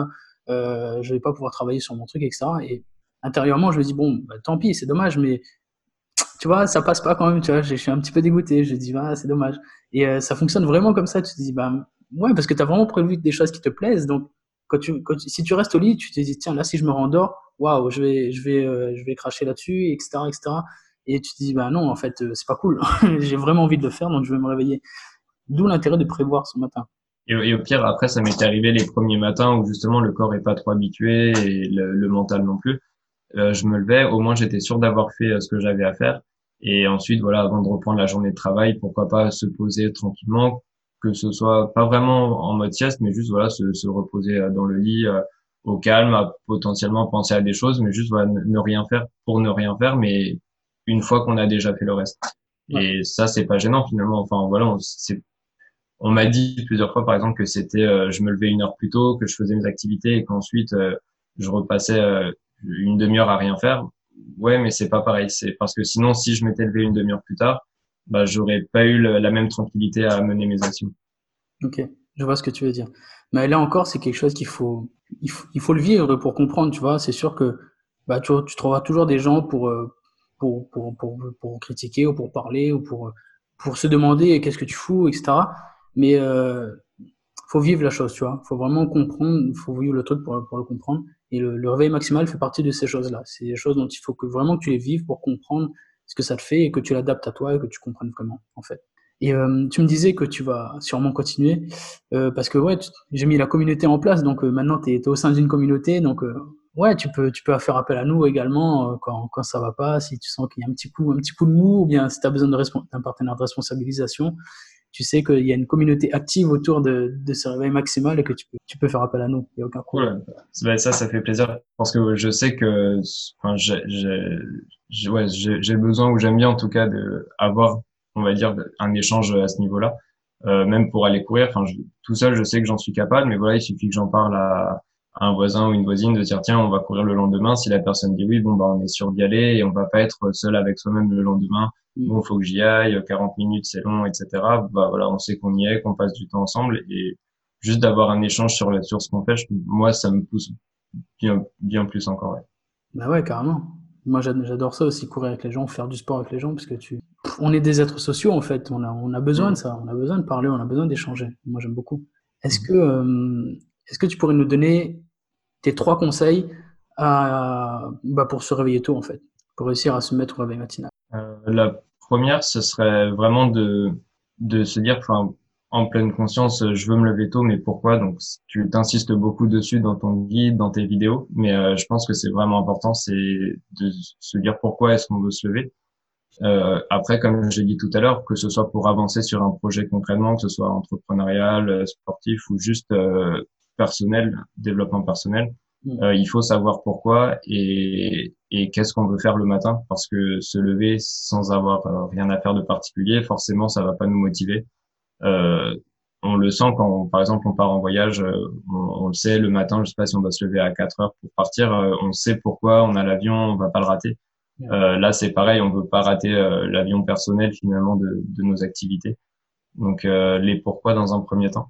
je vais pas pouvoir travailler sur mon truc, etc. Et intérieurement, je me dis, bon, bah, tant pis, c'est dommage, mais tu vois, ça passe pas quand même, tu vois, je suis un petit peu dégoûté, je dis, ah, c'est dommage. Et ça fonctionne vraiment comme ça, tu te dis, bah, ouais, parce que tu as vraiment prévu des choses qui te plaisent, donc si tu restes au lit, tu te dis, tiens, là, si je me rendors, waouh, je vais cracher là-dessus, etc., etc. Et tu te dis, bah non, en fait, c'est pas cool, j'ai vraiment envie de le faire, donc je vais me réveiller. D'où l'intérêt de prévoir ce matin. Et au pire, après, ça m'était arrivé les premiers matins où justement le corps est pas trop habitué et le mental non plus. Je me levais, au moins j'étais sûr d'avoir fait ce que j'avais à faire. Et ensuite, voilà, avant de reprendre la journée de travail, pourquoi pas se poser tranquillement, que ce soit pas vraiment en mode sieste, mais juste voilà, se reposer dans le lit au calme, à potentiellement penser à des choses, mais juste voilà, ne rien faire pour ne rien faire, mais une fois qu'on a déjà fait le reste. Ouais. Et ça, c'est pas gênant finalement. Enfin voilà, on m'a dit plusieurs fois, par exemple, que c'était, je me levais une heure plus tôt, que je faisais mes activités et qu'ensuite je repassais une demi-heure à rien faire. Ouais, mais c'est pas pareil. C'est parce que sinon, si je m'étais levé une demi-heure plus tard, bah, j'aurais pas eu la même tranquillité à mener mes actions. Ok, je vois ce que tu veux dire. Mais là encore, c'est quelque chose il faut le vivre pour comprendre, tu vois. C'est sûr que bah, tu trouveras toujours des gens pour critiquer ou pour parler ou pour se demander qu'est-ce que tu fous, etc. Mais faut vivre la chose, tu vois. Faut vraiment comprendre, faut vivre le truc pour le comprendre. Et le réveil maximal fait partie de ces choses-là. C'est des choses dont il faut que vraiment que tu les vives pour comprendre ce que ça te fait et que tu l'adaptes à toi et que tu comprennes vraiment, en fait. Et tu me disais que tu vas sûrement continuer parce que ouais, j'ai mis la communauté en place, donc maintenant tu es au sein d'une communauté, donc ouais, tu peux faire appel à nous également quand ça va pas, si tu sens qu'il y a un petit coup de mou, ou bien si tu as besoin d'un partenaire de responsabilisation, tu sais qu'il y a une communauté active autour de ce réveil maximal et que tu peux faire appel à nous, il n'y a aucun problème. Cool. Bah, ça fait plaisir parce que je sais que, enfin, ouais, j'ai besoin ou j'aime bien en tout cas de avoir, on va dire, un échange à ce niveau-là. Même pour aller courir, enfin, tout seul, je sais que j'en suis capable, mais voilà, il suffit que j'en parle à un voisin ou une voisine de dire, tiens, on va courir le lendemain. Si la personne dit oui, bon, bah, on est sûr d'y aller et on va pas être seul avec soi-même le lendemain. Mm. Bon, faut que j'y aille, 40 minutes, c'est long, etc. Bah, voilà, on sait qu'on y est, qu'on passe du temps ensemble et juste d'avoir un échange sur ce qu'on fait, moi, ça me pousse bien plus encore, ouais. Bah ouais, carrément. Moi, j'adore ça aussi, courir avec les gens, faire du sport avec les gens, parce que on est des êtres sociaux en fait. On a besoin de Mm. ça. On a besoin de parler, on a besoin d'échanger. Moi, j'aime beaucoup. Est-ce Mm. que, est-ce que tu pourrais nous donner tes trois conseils bah, pour se réveiller tôt en fait, pour réussir à se mettre au réveil matinal? La première, ce serait vraiment de se dire, enfin, en pleine conscience, je veux me lever tôt, mais pourquoi? Donc, tu t'insistes beaucoup dessus dans ton guide, dans tes vidéos, mais je pense que c'est vraiment important, c'est de se dire pourquoi est-ce qu'on veut se lever. Après, comme je l'ai dit tout à l'heure, que ce soit pour avancer sur un projet concrètement, que ce soit entrepreneurial, sportif ou juste personnel, développement personnel, Mm. il faut savoir pourquoi et qu'est-ce qu'on veut faire le matin, parce que se lever sans avoir rien à faire de particulier, forcément, ça va pas nous motiver. Euh, on le sent quand, par exemple, on part en voyage, on le sait le matin, je sais pas si on doit se lever à 4 heures pour partir, on sait pourquoi on a l'avion, on va pas le rater. Là, c'est pareil, on veut pas rater l'avion personnel finalement de nos activités. Donc les pourquoi dans un premier temps.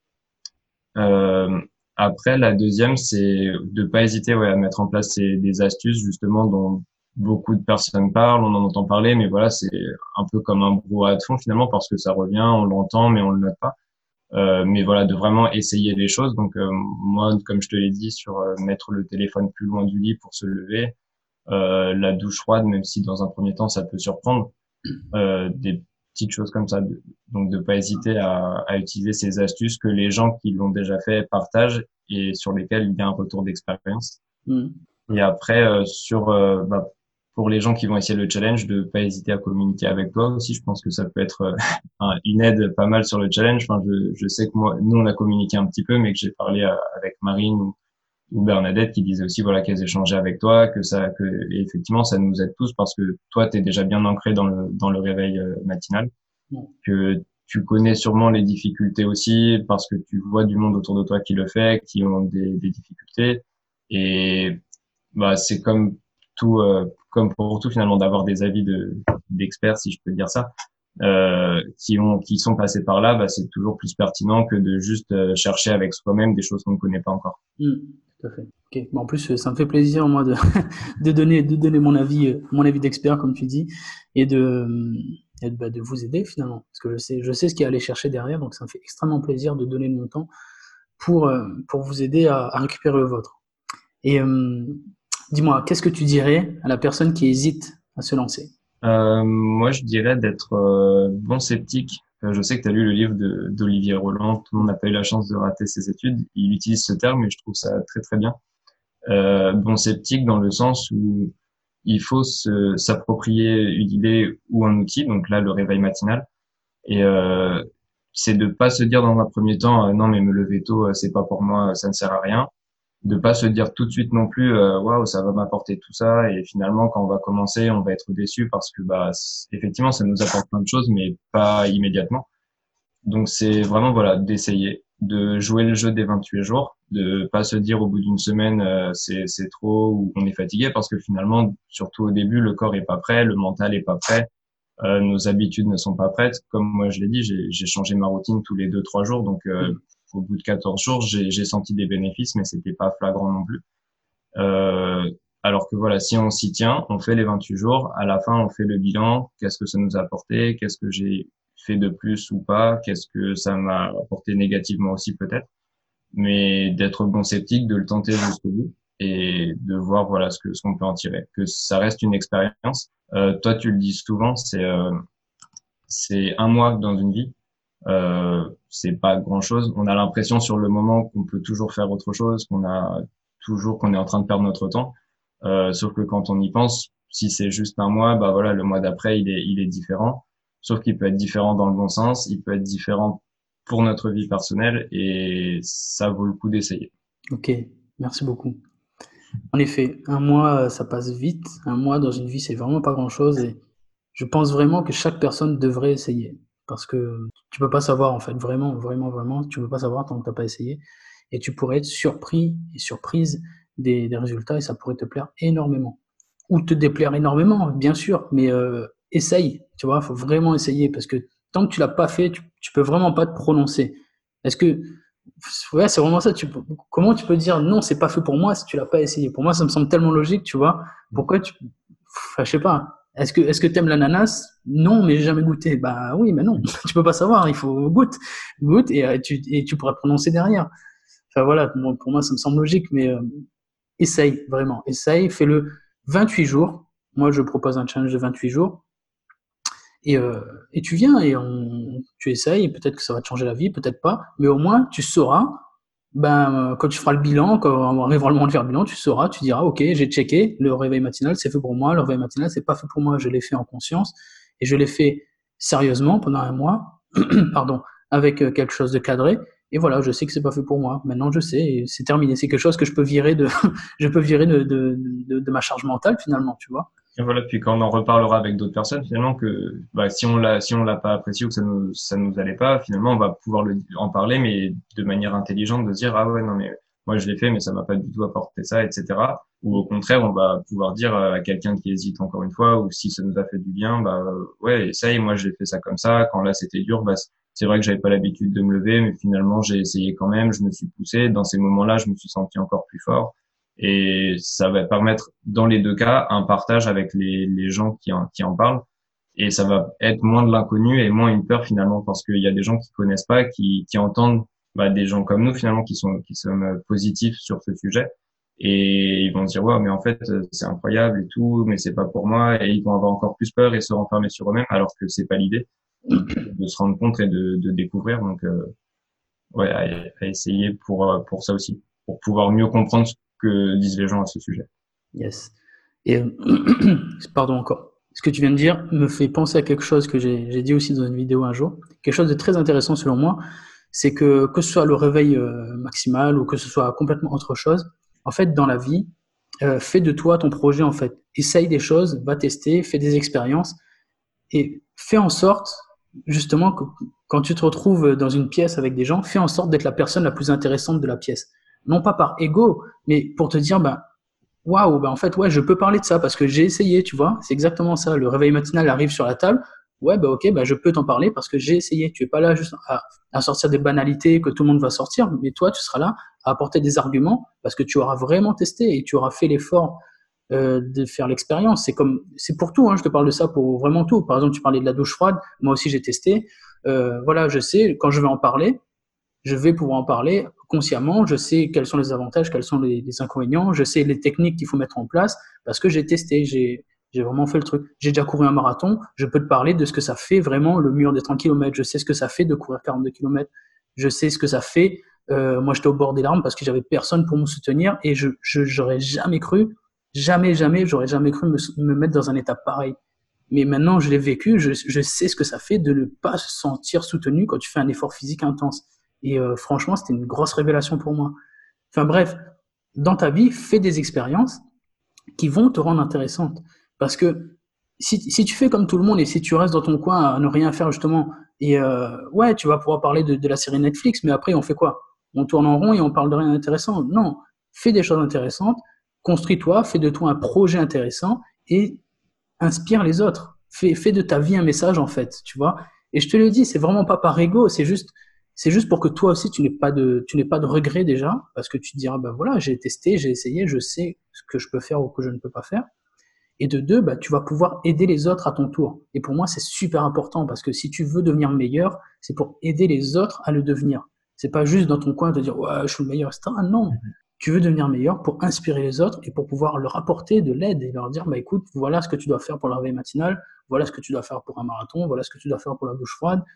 Euh, Après, la deuxième, c'est de pas hésiter à mettre en place des astuces justement dont beaucoup de personnes parlent, on en entend parler, mais voilà, c'est un peu comme un brouhaha de fond finalement parce que ça revient, on l'entend, mais on le note pas. Mais voilà, de vraiment essayer les choses. Donc moi, comme je te l'ai dit, sur mettre le téléphone plus loin du lit pour se lever, la douche froide, même si dans un premier temps ça peut surprendre, des petites choses comme ça. Donc de pas hésiter à utiliser ces astuces que les gens qui l'ont déjà fait partagent et sur lesquels il y a un retour d'expérience. Mm. Et après, pour les gens qui vont essayer le challenge, de pas hésiter à communiquer avec toi aussi. Je pense que ça peut être une aide pas mal sur le challenge. Enfin, je sais que moi, nous, on a communiqué un petit peu, mais que j'ai parlé avec Marine ou Bernadette qui disaient aussi, voilà, qu'elles échangeaient avec toi, et effectivement, ça nous aide tous parce que toi, tu es déjà bien ancré dans le réveil matinal, Mm. que tu connais sûrement les difficultés aussi parce que tu vois du monde autour de toi qui le fait, qui ont des difficultés. Et bah c'est comme tout comme pour tout finalement d'avoir des avis d'experts si je peux dire ça qui sont passés par là, bah c'est toujours plus pertinent que de juste chercher avec soi-même des choses qu'on ne connaît pas encore. Mm. Tout à fait. Ok. Bon, en plus, ça me fait plaisir, moi, de, de donner mon avis d'expert, comme tu dis, et de vous aider, finalement. Parce que je sais ce qu'il y a à aller chercher derrière, donc ça me fait extrêmement plaisir de donner de mon temps pour vous aider à récupérer le vôtre. Et dis-moi, qu'est-ce que tu dirais à la personne qui hésite à se lancer? Moi, je dirais d'être bon sceptique. Je sais que tu as lu le livre d'Olivier Roland, Tout le monde n'a pas eu la chance de rater ses études. Il utilise ce terme et je trouve ça très très bien. Bon sceptique dans le sens où il faut s'approprier une idée ou un outil, donc là le réveil matinal, et c'est de pas se dire dans un premier temps non mais me lever tôt c'est pas pour moi, ça ne sert à rien, de pas se dire tout de suite non plus waouh ça va m'apporter tout ça et finalement quand on va commencer on va être déçu parce que bah effectivement ça nous apporte plein de choses mais pas immédiatement. Donc c'est vraiment voilà d'essayer de jouer le jeu des 28 jours, de pas se dire au bout d'une semaine c'est trop ou on est fatigué parce que finalement surtout au début le corps est pas prêt, le mental est pas prêt, nos habitudes ne sont pas prêtes. Comme moi je l'ai dit, j'ai changé ma routine tous les 2-3 jours donc au bout de 14 jours j'ai senti des bénéfices mais c'était pas flagrant non plus. Euh, alors que voilà, si on s'y tient, on fait les 28 jours, à la fin, on fait le bilan, qu'est-ce que ça nous a apporté, qu'est-ce que j'ai fait de plus ou pas, qu'est-ce que ça m'a apporté négativement aussi peut-être, mais d'être bon sceptique, de le tenter jusqu'au bout et de voir voilà ce qu'on peut en tirer, que ça reste une expérience. Toi, tu le dis souvent, c'est un mois dans une vie. C'est pas grand-chose. On a l'impression sur le moment qu'on peut toujours faire autre chose, qu'on est en train de perdre notre temps. Sauf que quand on y pense, si c'est juste un mois, bah voilà, le mois d'après, il est différent. Sauf qu'il peut être différent dans le bon sens, il peut être différent pour notre vie personnelle et ça vaut le coup d'essayer. Ok, merci beaucoup. En effet, un mois, ça passe vite. Un mois dans une vie, c'est vraiment pas grand-chose. Et je pense vraiment que chaque personne devrait essayer. Parce que tu peux pas savoir, en fait, vraiment, vraiment, vraiment, tu peux pas savoir tant que t'as pas essayé. Et tu pourrais être surpris et surprise des résultats et ça pourrait te plaire énormément. Ou te déplaire énormément, bien sûr, mais essaye, tu vois, faut vraiment essayer parce que tant que tu l'as pas fait, tu peux vraiment pas te prononcer. Est-ce que, ouais, c'est vraiment ça, comment tu peux dire non, c'est pas fait pour moi si tu l'as pas essayé? Pour moi, ça me semble tellement logique, tu vois. Pourquoi enfin, je sais pas. Est-ce que t'aimes l'ananas? Non, mais j'ai jamais goûté. Bah oui, mais non, tu peux pas savoir. Il faut goûte et tu pourras te prononcer derrière. Enfin voilà, bon, pour moi ça me semble logique, mais essaye vraiment, essaye, fais-le 28 jours. Moi, je propose un challenge de 28 jours et, euh, et tu viens et tu essayes. Peut-être que ça va te changer la vie, peut-être pas, mais au moins tu sauras. Ben, quand tu feras le bilan, quand on arrivera le moment de faire le bilan, tu sauras, tu diras, ok, j'ai checké, le réveil matinal, c'est fait pour moi, le réveil matinal, c'est pas fait pour moi, je l'ai fait en conscience, et je l'ai fait sérieusement pendant un mois, pardon, avec quelque chose de cadré, et voilà, je sais que c'est pas fait pour moi. Maintenant, je sais, et c'est terminé. C'est quelque chose que je peux virer je peux virer de ma charge mentale, finalement, tu vois. Et voilà, puis quand on en reparlera avec d'autres personnes, finalement, que bah, si on l'a pas apprécié ou que ça nous allait pas, finalement, on va pouvoir en parler, mais de manière intelligente, de se dire ah ouais non mais moi je l'ai fait, mais ça m'a pas du tout apporté ça, etc. Ou au contraire, on va pouvoir dire à quelqu'un qui hésite encore une fois, ou si ça nous a fait du bien, bah ouais essaye, moi j'ai fait ça comme ça. Quand là c'était dur, bah c'est vrai que j'avais pas l'habitude de me lever, mais finalement j'ai essayé quand même, je me suis poussé. Dans ces moments-là, je me suis senti encore plus fort. Et ça va permettre, dans les deux cas, un partage avec les gens qui en parlent. Et ça va être moins de l'inconnu et moins une peur finalement, parce qu'il y a des gens qui connaissent pas, qui entendent bah, des gens comme nous finalement qui sont positifs sur ce sujet. Et ils vont se dire, ouais, mais en fait, c'est incroyable et tout, mais c'est pas pour moi. Et ils vont avoir encore plus peur et se renfermer sur eux-mêmes, alors que c'est pas l'idée. L'idée, c'est de se rendre compte et de découvrir. Donc, ouais, à essayer pour ça aussi, pour pouvoir mieux comprendre ce que disent les gens à ce sujet. Yes. Et pardon encore. Ce que tu viens de dire me fait penser à quelque chose que j'ai dit aussi dans une vidéo un jour. Quelque chose de très intéressant selon moi, c'est que ce soit le réveil maximal ou que ce soit complètement autre chose, en fait, dans la vie, fais de toi ton projet en fait. Essaye des choses, va tester, fais des expériences et fais en sorte, justement, que quand tu te retrouves dans une pièce avec des gens, fais en sorte d'être la personne la plus intéressante de la pièce. Non pas par ego, mais pour te dire, bah, waouh, bah en fait, ouais, je peux parler de ça parce que j'ai essayé, tu vois. C'est exactement ça. Le réveil matinal arrive sur la table. Ouais, bah ok, bah je peux t'en parler parce que j'ai essayé. Tu es pas là juste à sortir des banalités que tout le monde va sortir, mais toi, tu seras là à apporter des arguments parce que tu auras vraiment testé et tu auras fait l'effort de faire l'expérience. C'est pour tout, hein, je te parle de ça pour vraiment tout. Par exemple, tu parlais de la douche froide. Moi aussi, j'ai testé. Voilà, je sais, quand je vais en parler, je vais pouvoir en parler consciemment. Je sais quels sont les avantages, quels sont les inconvénients. Je sais les techniques qu'il faut mettre en place parce que j'ai testé, j'ai vraiment fait le truc. J'ai déjà couru un marathon. Je peux te parler de ce que ça fait vraiment le mur des 30 km. Je sais ce que ça fait de courir 42 km. Je sais ce que ça fait. Moi, j'étais au bord des larmes parce que j'avais personne pour me soutenir et j'aurais jamais cru, jamais, j'aurais jamais cru me mettre dans un état pareil. Mais maintenant, je l'ai vécu, je sais ce que ça fait de ne pas se sentir soutenu quand tu fais un effort physique intense. Et franchement, c'était une grosse révélation pour moi. Enfin bref, dans ta vie, fais des expériences qui vont te rendre intéressante. Parce que si tu fais comme tout le monde et si tu restes dans ton coin à ne rien faire justement, et ouais, tu vas pouvoir parler de la série Netflix, mais après, on fait quoi? On tourne en rond et on parle de rien d'intéressant. Non, fais des choses intéressantes, construis-toi, fais de toi un projet intéressant et inspire les autres. Fais de ta vie un message, en fait, tu vois. Et je te le dis, c'est vraiment pas par ego, c'est juste pour que toi aussi, tu n'aies pas de regret déjà, parce que tu te diras, bah voilà, j'ai testé, j'ai essayé, je sais ce que je peux faire ou que je ne peux pas faire. Et de deux, bah, tu vas pouvoir aider les autres à ton tour. Et pour moi, c'est super important parce que si tu veux devenir meilleur, c'est pour aider les autres à le devenir. C'est pas juste dans ton coin de dire, ouais, je suis le meilleur, etc. Non. Tu veux devenir meilleur pour inspirer les autres et pour pouvoir leur apporter de l'aide et leur dire, bah écoute, voilà ce que tu dois faire pour la réveil matinal, voilà ce que tu dois faire pour un marathon, voilà ce que tu dois faire pour la douche froide.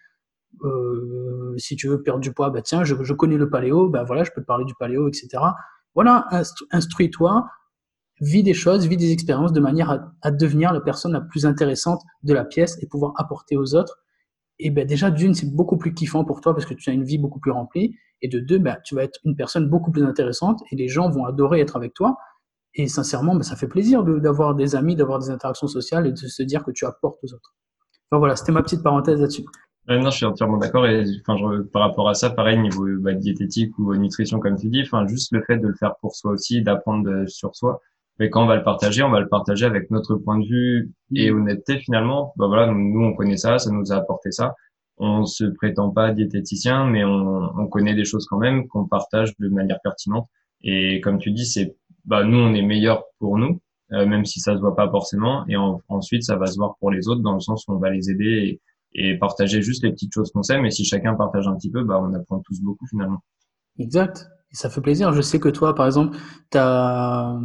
Si tu veux perdre du poids, bah tiens, je connais le paléo, bah voilà, je peux te parler du paléo, etc. Voilà, instruis-toi, vis des choses, vis des expériences de manière à devenir la personne la plus intéressante de la pièce et pouvoir apporter aux autres. Et ben déjà, d'une, c'est beaucoup plus kiffant pour toi parce que tu as une vie beaucoup plus remplie. Et de deux, ben, tu vas être une personne beaucoup plus intéressante et les gens vont adorer être avec toi. Et sincèrement, ben, ça fait plaisir d'avoir des amis, d'avoir des interactions sociales et de se dire que tu apportes aux autres. Enfin voilà, c'était ma petite parenthèse là-dessus. Non, je suis entièrement d'accord et enfin, par rapport à ça, pareil niveau bah, diététique ou nutrition comme tu dis, enfin juste le fait de le faire pour soi aussi, d'apprendre sur soi. Mais quand on va le partager avec notre point de vue et honnêteté finalement. Bah voilà, nous on connaît ça, ça nous a apporté ça. On se prétend pas diététicien, mais on connaît des choses quand même qu'on partage de manière pertinente. Et comme tu dis, c'est bah nous on est meilleur pour nous, même si ça se voit pas forcément. Et ensuite ça va se voir pour les autres dans le sens où on va les aider et partager juste les petites choses qu'on sait. Mais si chacun partage un petit peu, bah, on apprend tous beaucoup finalement. Exact. Et ça fait plaisir. Je sais que toi, par exemple, t'as,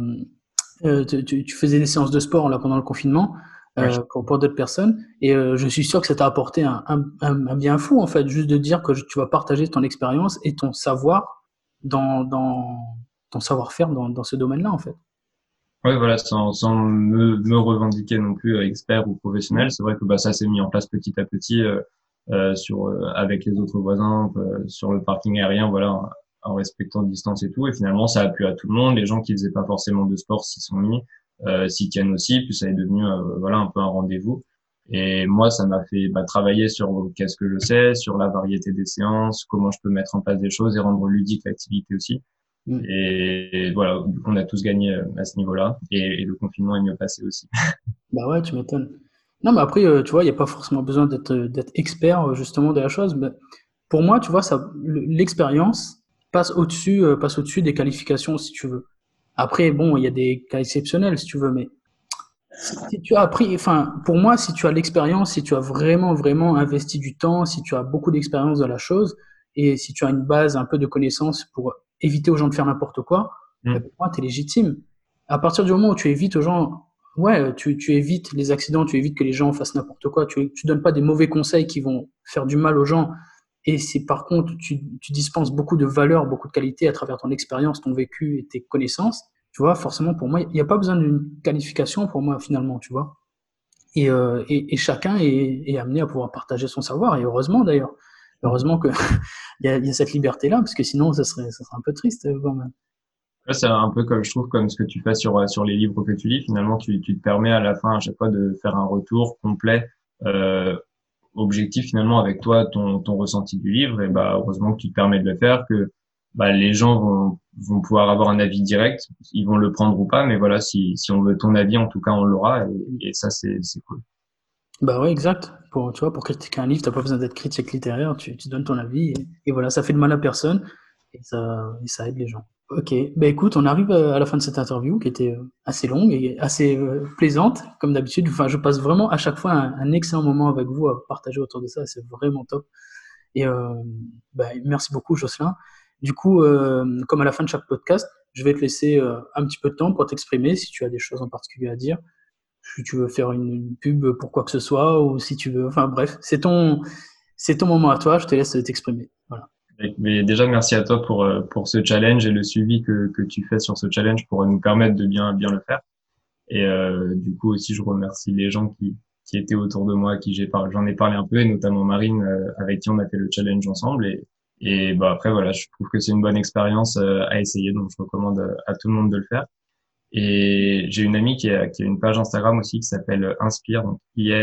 tu faisais des séances de sport là pendant le confinement Ouais. pour d'autres personnes et je suis sûr que ça t'a apporté un bien fou en fait, juste de dire que tu vas partager ton expérience et ton savoir dans ton savoir-faire dans ce domaine-là en fait. Ouais, voilà, sans me revendiquer non plus expert ou Mm. professionnel. C'est vrai que bah, ça s'est mis en place petit à petit avec les autres voisins sur le parking aérien, voilà, en respectant distance et tout. Et finalement, ça a plu à tout le monde. Les gens qui faisaient pas forcément de sport s'y sont mis. s'y tiennent aussi. Puis ça est devenu voilà un peu un rendez-vous. Et moi, ça m'a fait travailler sur qu'est-ce que je sais, sur la variété des séances, comment je peux mettre en place des choses et rendre ludique l'activité aussi. Et voilà, on a tous gagné à ce niveau-là. Et le confinement est mieux passé aussi. Bah ouais, tu m'étonnes. Non, mais après, tu vois, il n'y a pas forcément besoin d'être expert justement de la chose. Mais pour moi, tu vois, l'expérience passe au-dessus des qualifications, si tu veux. Après, bon, il y a des cas exceptionnels, si tu veux, mais si tu as appris, enfin, pour moi, si tu as l'expérience, si tu as vraiment, vraiment investi du temps, si tu as beaucoup d'expérience dans la chose, et si tu as une base, un peu de connaissances pour éviter aux gens de faire n'importe quoi, ben, pour moi, tu es légitime. À partir du moment où tu évites aux gens, ouais, tu évites les accidents, tu évites que les gens fassent n'importe quoi, tu donnes pas des mauvais conseils qui vont faire du mal aux gens, et c'est par contre, tu dispenses beaucoup de valeur, beaucoup de qualité à travers ton expérience, ton vécu et tes connaissances. Tu vois, forcément, pour moi, il n'y a pas besoin d'une qualification pour moi, finalement, tu vois. Et chacun est amené à pouvoir partager son savoir, et heureusement d'ailleurs. Heureusement qu'il y a cette liberté-là, parce que sinon, ça serait un peu triste quand même. Ouais, c'est un peu comme je trouve comme ce que tu fais sur les livres que tu lis. Finalement, tu te permets à la fin à chaque fois de faire un retour complet, euh, objectif finalement avec toi, ton ressenti du livre. Et heureusement que tu te permets de le faire, que les gens vont pouvoir avoir un avis direct. Ils vont le prendre ou pas, mais voilà, si on veut ton avis, en tout cas, on l'aura. Et ça, c'est cool. Bah ouais, exact. Tu vois, pour critiquer un livre, t'as pas besoin d'être critique littéraire, tu donnes ton avis, et voilà, ça fait de mal à personne, et ça aide les gens. Ok, bah écoute, on arrive à la fin de cette interview qui était assez longue et assez plaisante, comme d'habitude. Enfin, je passe vraiment à chaque fois un excellent moment avec vous à partager autour de ça, c'est vraiment top. Et bah, merci beaucoup, Jocelyn. Du coup, comme à la fin de chaque podcast, je vais te laisser un petit peu de temps pour t'exprimer si tu as des choses en particulier à dire, si tu veux faire une pub pour quoi que ce soit, ou si tu veux. Enfin bref, c'est ton moment à toi, je te laisse t'exprimer. Voilà. Mais déjà, merci à toi pour ce challenge et le suivi que tu fais sur ce challenge pour nous permettre de bien le faire. Et du coup aussi, je remercie les gens qui étaient autour de moi, à qui j'en ai parlé un peu, et notamment Marine, avec qui on a fait le challenge ensemble. Et après, voilà, je trouve que c'est une bonne expérience à essayer, donc je recommande à tout le monde de le faire. Et j'ai une amie qui a une page Instagram aussi qui s'appelle Inspire, donc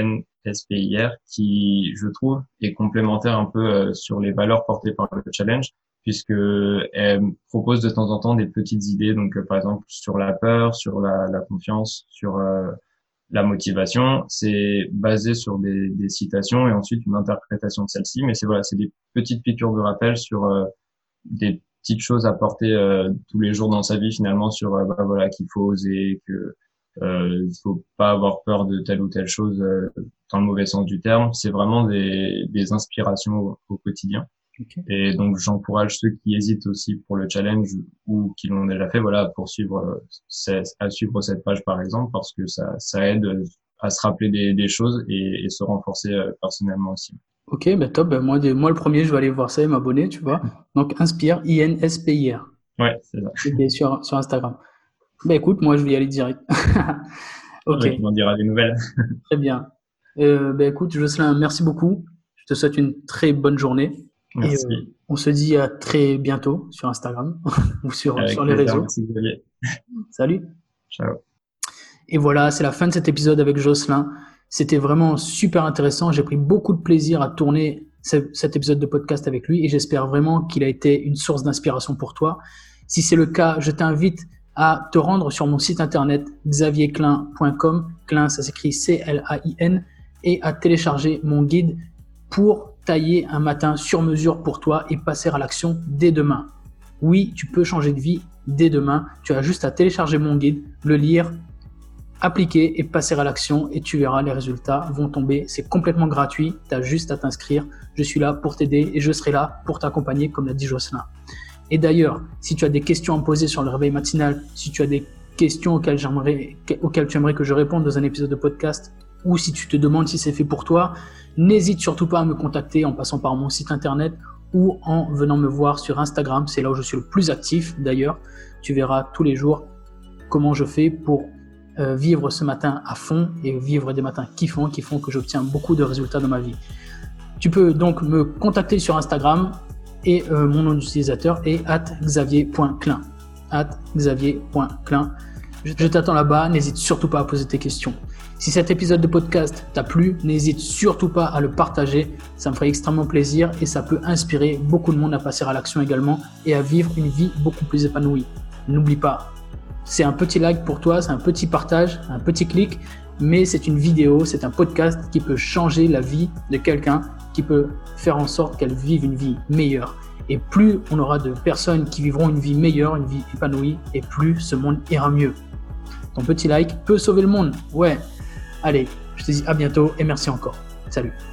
INSPIR, qui, je trouve, est complémentaire un peu sur les valeurs portées par le challenge, puisque elle propose de temps en temps des petites idées, donc par exemple sur la peur, sur la confiance, sur la motivation. C'est basé sur des citations et ensuite une interprétation de celles-ci, mais c'est des petites piqûres de rappel sur des petites choses à porter tous les jours dans sa vie finalement sur voilà qu'il faut oser, que il faut pas avoir peur de telle ou telle chose dans le mauvais sens du terme. C'est vraiment des inspirations au quotidien. Okay. Et donc j'encourage ceux qui hésitent aussi pour le challenge ou qui l'ont déjà fait, voilà, à poursuivre à suivre cette page par exemple, parce que ça aide à se rappeler des choses et se renforcer personnellement aussi. Ok, bah top. Bah moi le premier, je vais aller voir ça et m'abonner, tu vois. Donc Inspire, INSPIR. Ouais, c'est ça. Ok, sur Instagram. Bah écoute, moi je vais y aller direct. Ok, Ouais, tu m'en diras des nouvelles. très bien. Bah écoute, Jocelyn, merci beaucoup. Je te souhaite une très bonne journée. Et Merci. on se dit à très bientôt sur Instagram ou Avec sur les plaisir. réseaux. Merci Xavier. Salut. Ciao. Et voilà, c'est la fin de cet épisode avec Jocelyn. C'était vraiment super intéressant. J'ai pris beaucoup de plaisir à tourner cet épisode de podcast avec lui et j'espère vraiment qu'il a été une source d'inspiration pour toi. Si c'est le cas, je t'invite à te rendre sur mon site internet xavierclin.com. Clin, ça s'écrit C-L-A-I-N, et à télécharger mon guide pour tailler un matin sur mesure pour toi et passer à l'action dès demain. Oui, tu peux changer de vie dès demain. Tu as juste à télécharger mon guide, le lire, appliquer et passer à l'action et tu verras, les résultats vont tomber. C'est complètement gratuit, tu as juste à t'inscrire. Je suis là pour t'aider et je serai là pour t'accompagner, comme l'a dit Jocelyn. Et d'ailleurs, si tu as des questions à me poser sur le réveil matinal, si tu as des questions auxquelles tu aimerais que je réponde dans un épisode de podcast, ou si tu te demandes si c'est fait pour toi, n'hésite surtout pas à me contacter en passant par mon site internet ou en venant me voir sur Instagram. C'est là où je suis le plus actif d'ailleurs. Tu verras tous les jours comment je fais pour vivre ce matin à fond et vivre des matins qui font que j'obtiens beaucoup de résultats dans ma vie. Tu peux donc me contacter sur Instagram et mon nom d'utilisateur est @xavier.clin. @xavier.clin. Je t'attends là-bas, n'hésite surtout pas à poser tes questions. Si cet épisode de podcast t'a plu, n'hésite surtout pas à le partager, ça me ferait extrêmement plaisir et ça peut inspirer beaucoup de monde à passer à l'action également et à vivre une vie beaucoup plus épanouie. N'oublie pas, c'est un petit like pour toi, c'est un petit partage, un petit clic, mais c'est une vidéo, c'est un podcast qui peut changer la vie de quelqu'un, qui peut faire en sorte qu'elle vive une vie meilleure. Et plus on aura de personnes qui vivront une vie meilleure, une vie épanouie, et plus ce monde ira mieux. Ton petit like peut sauver le monde, ouais. Allez, je te dis à bientôt et merci encore. Salut.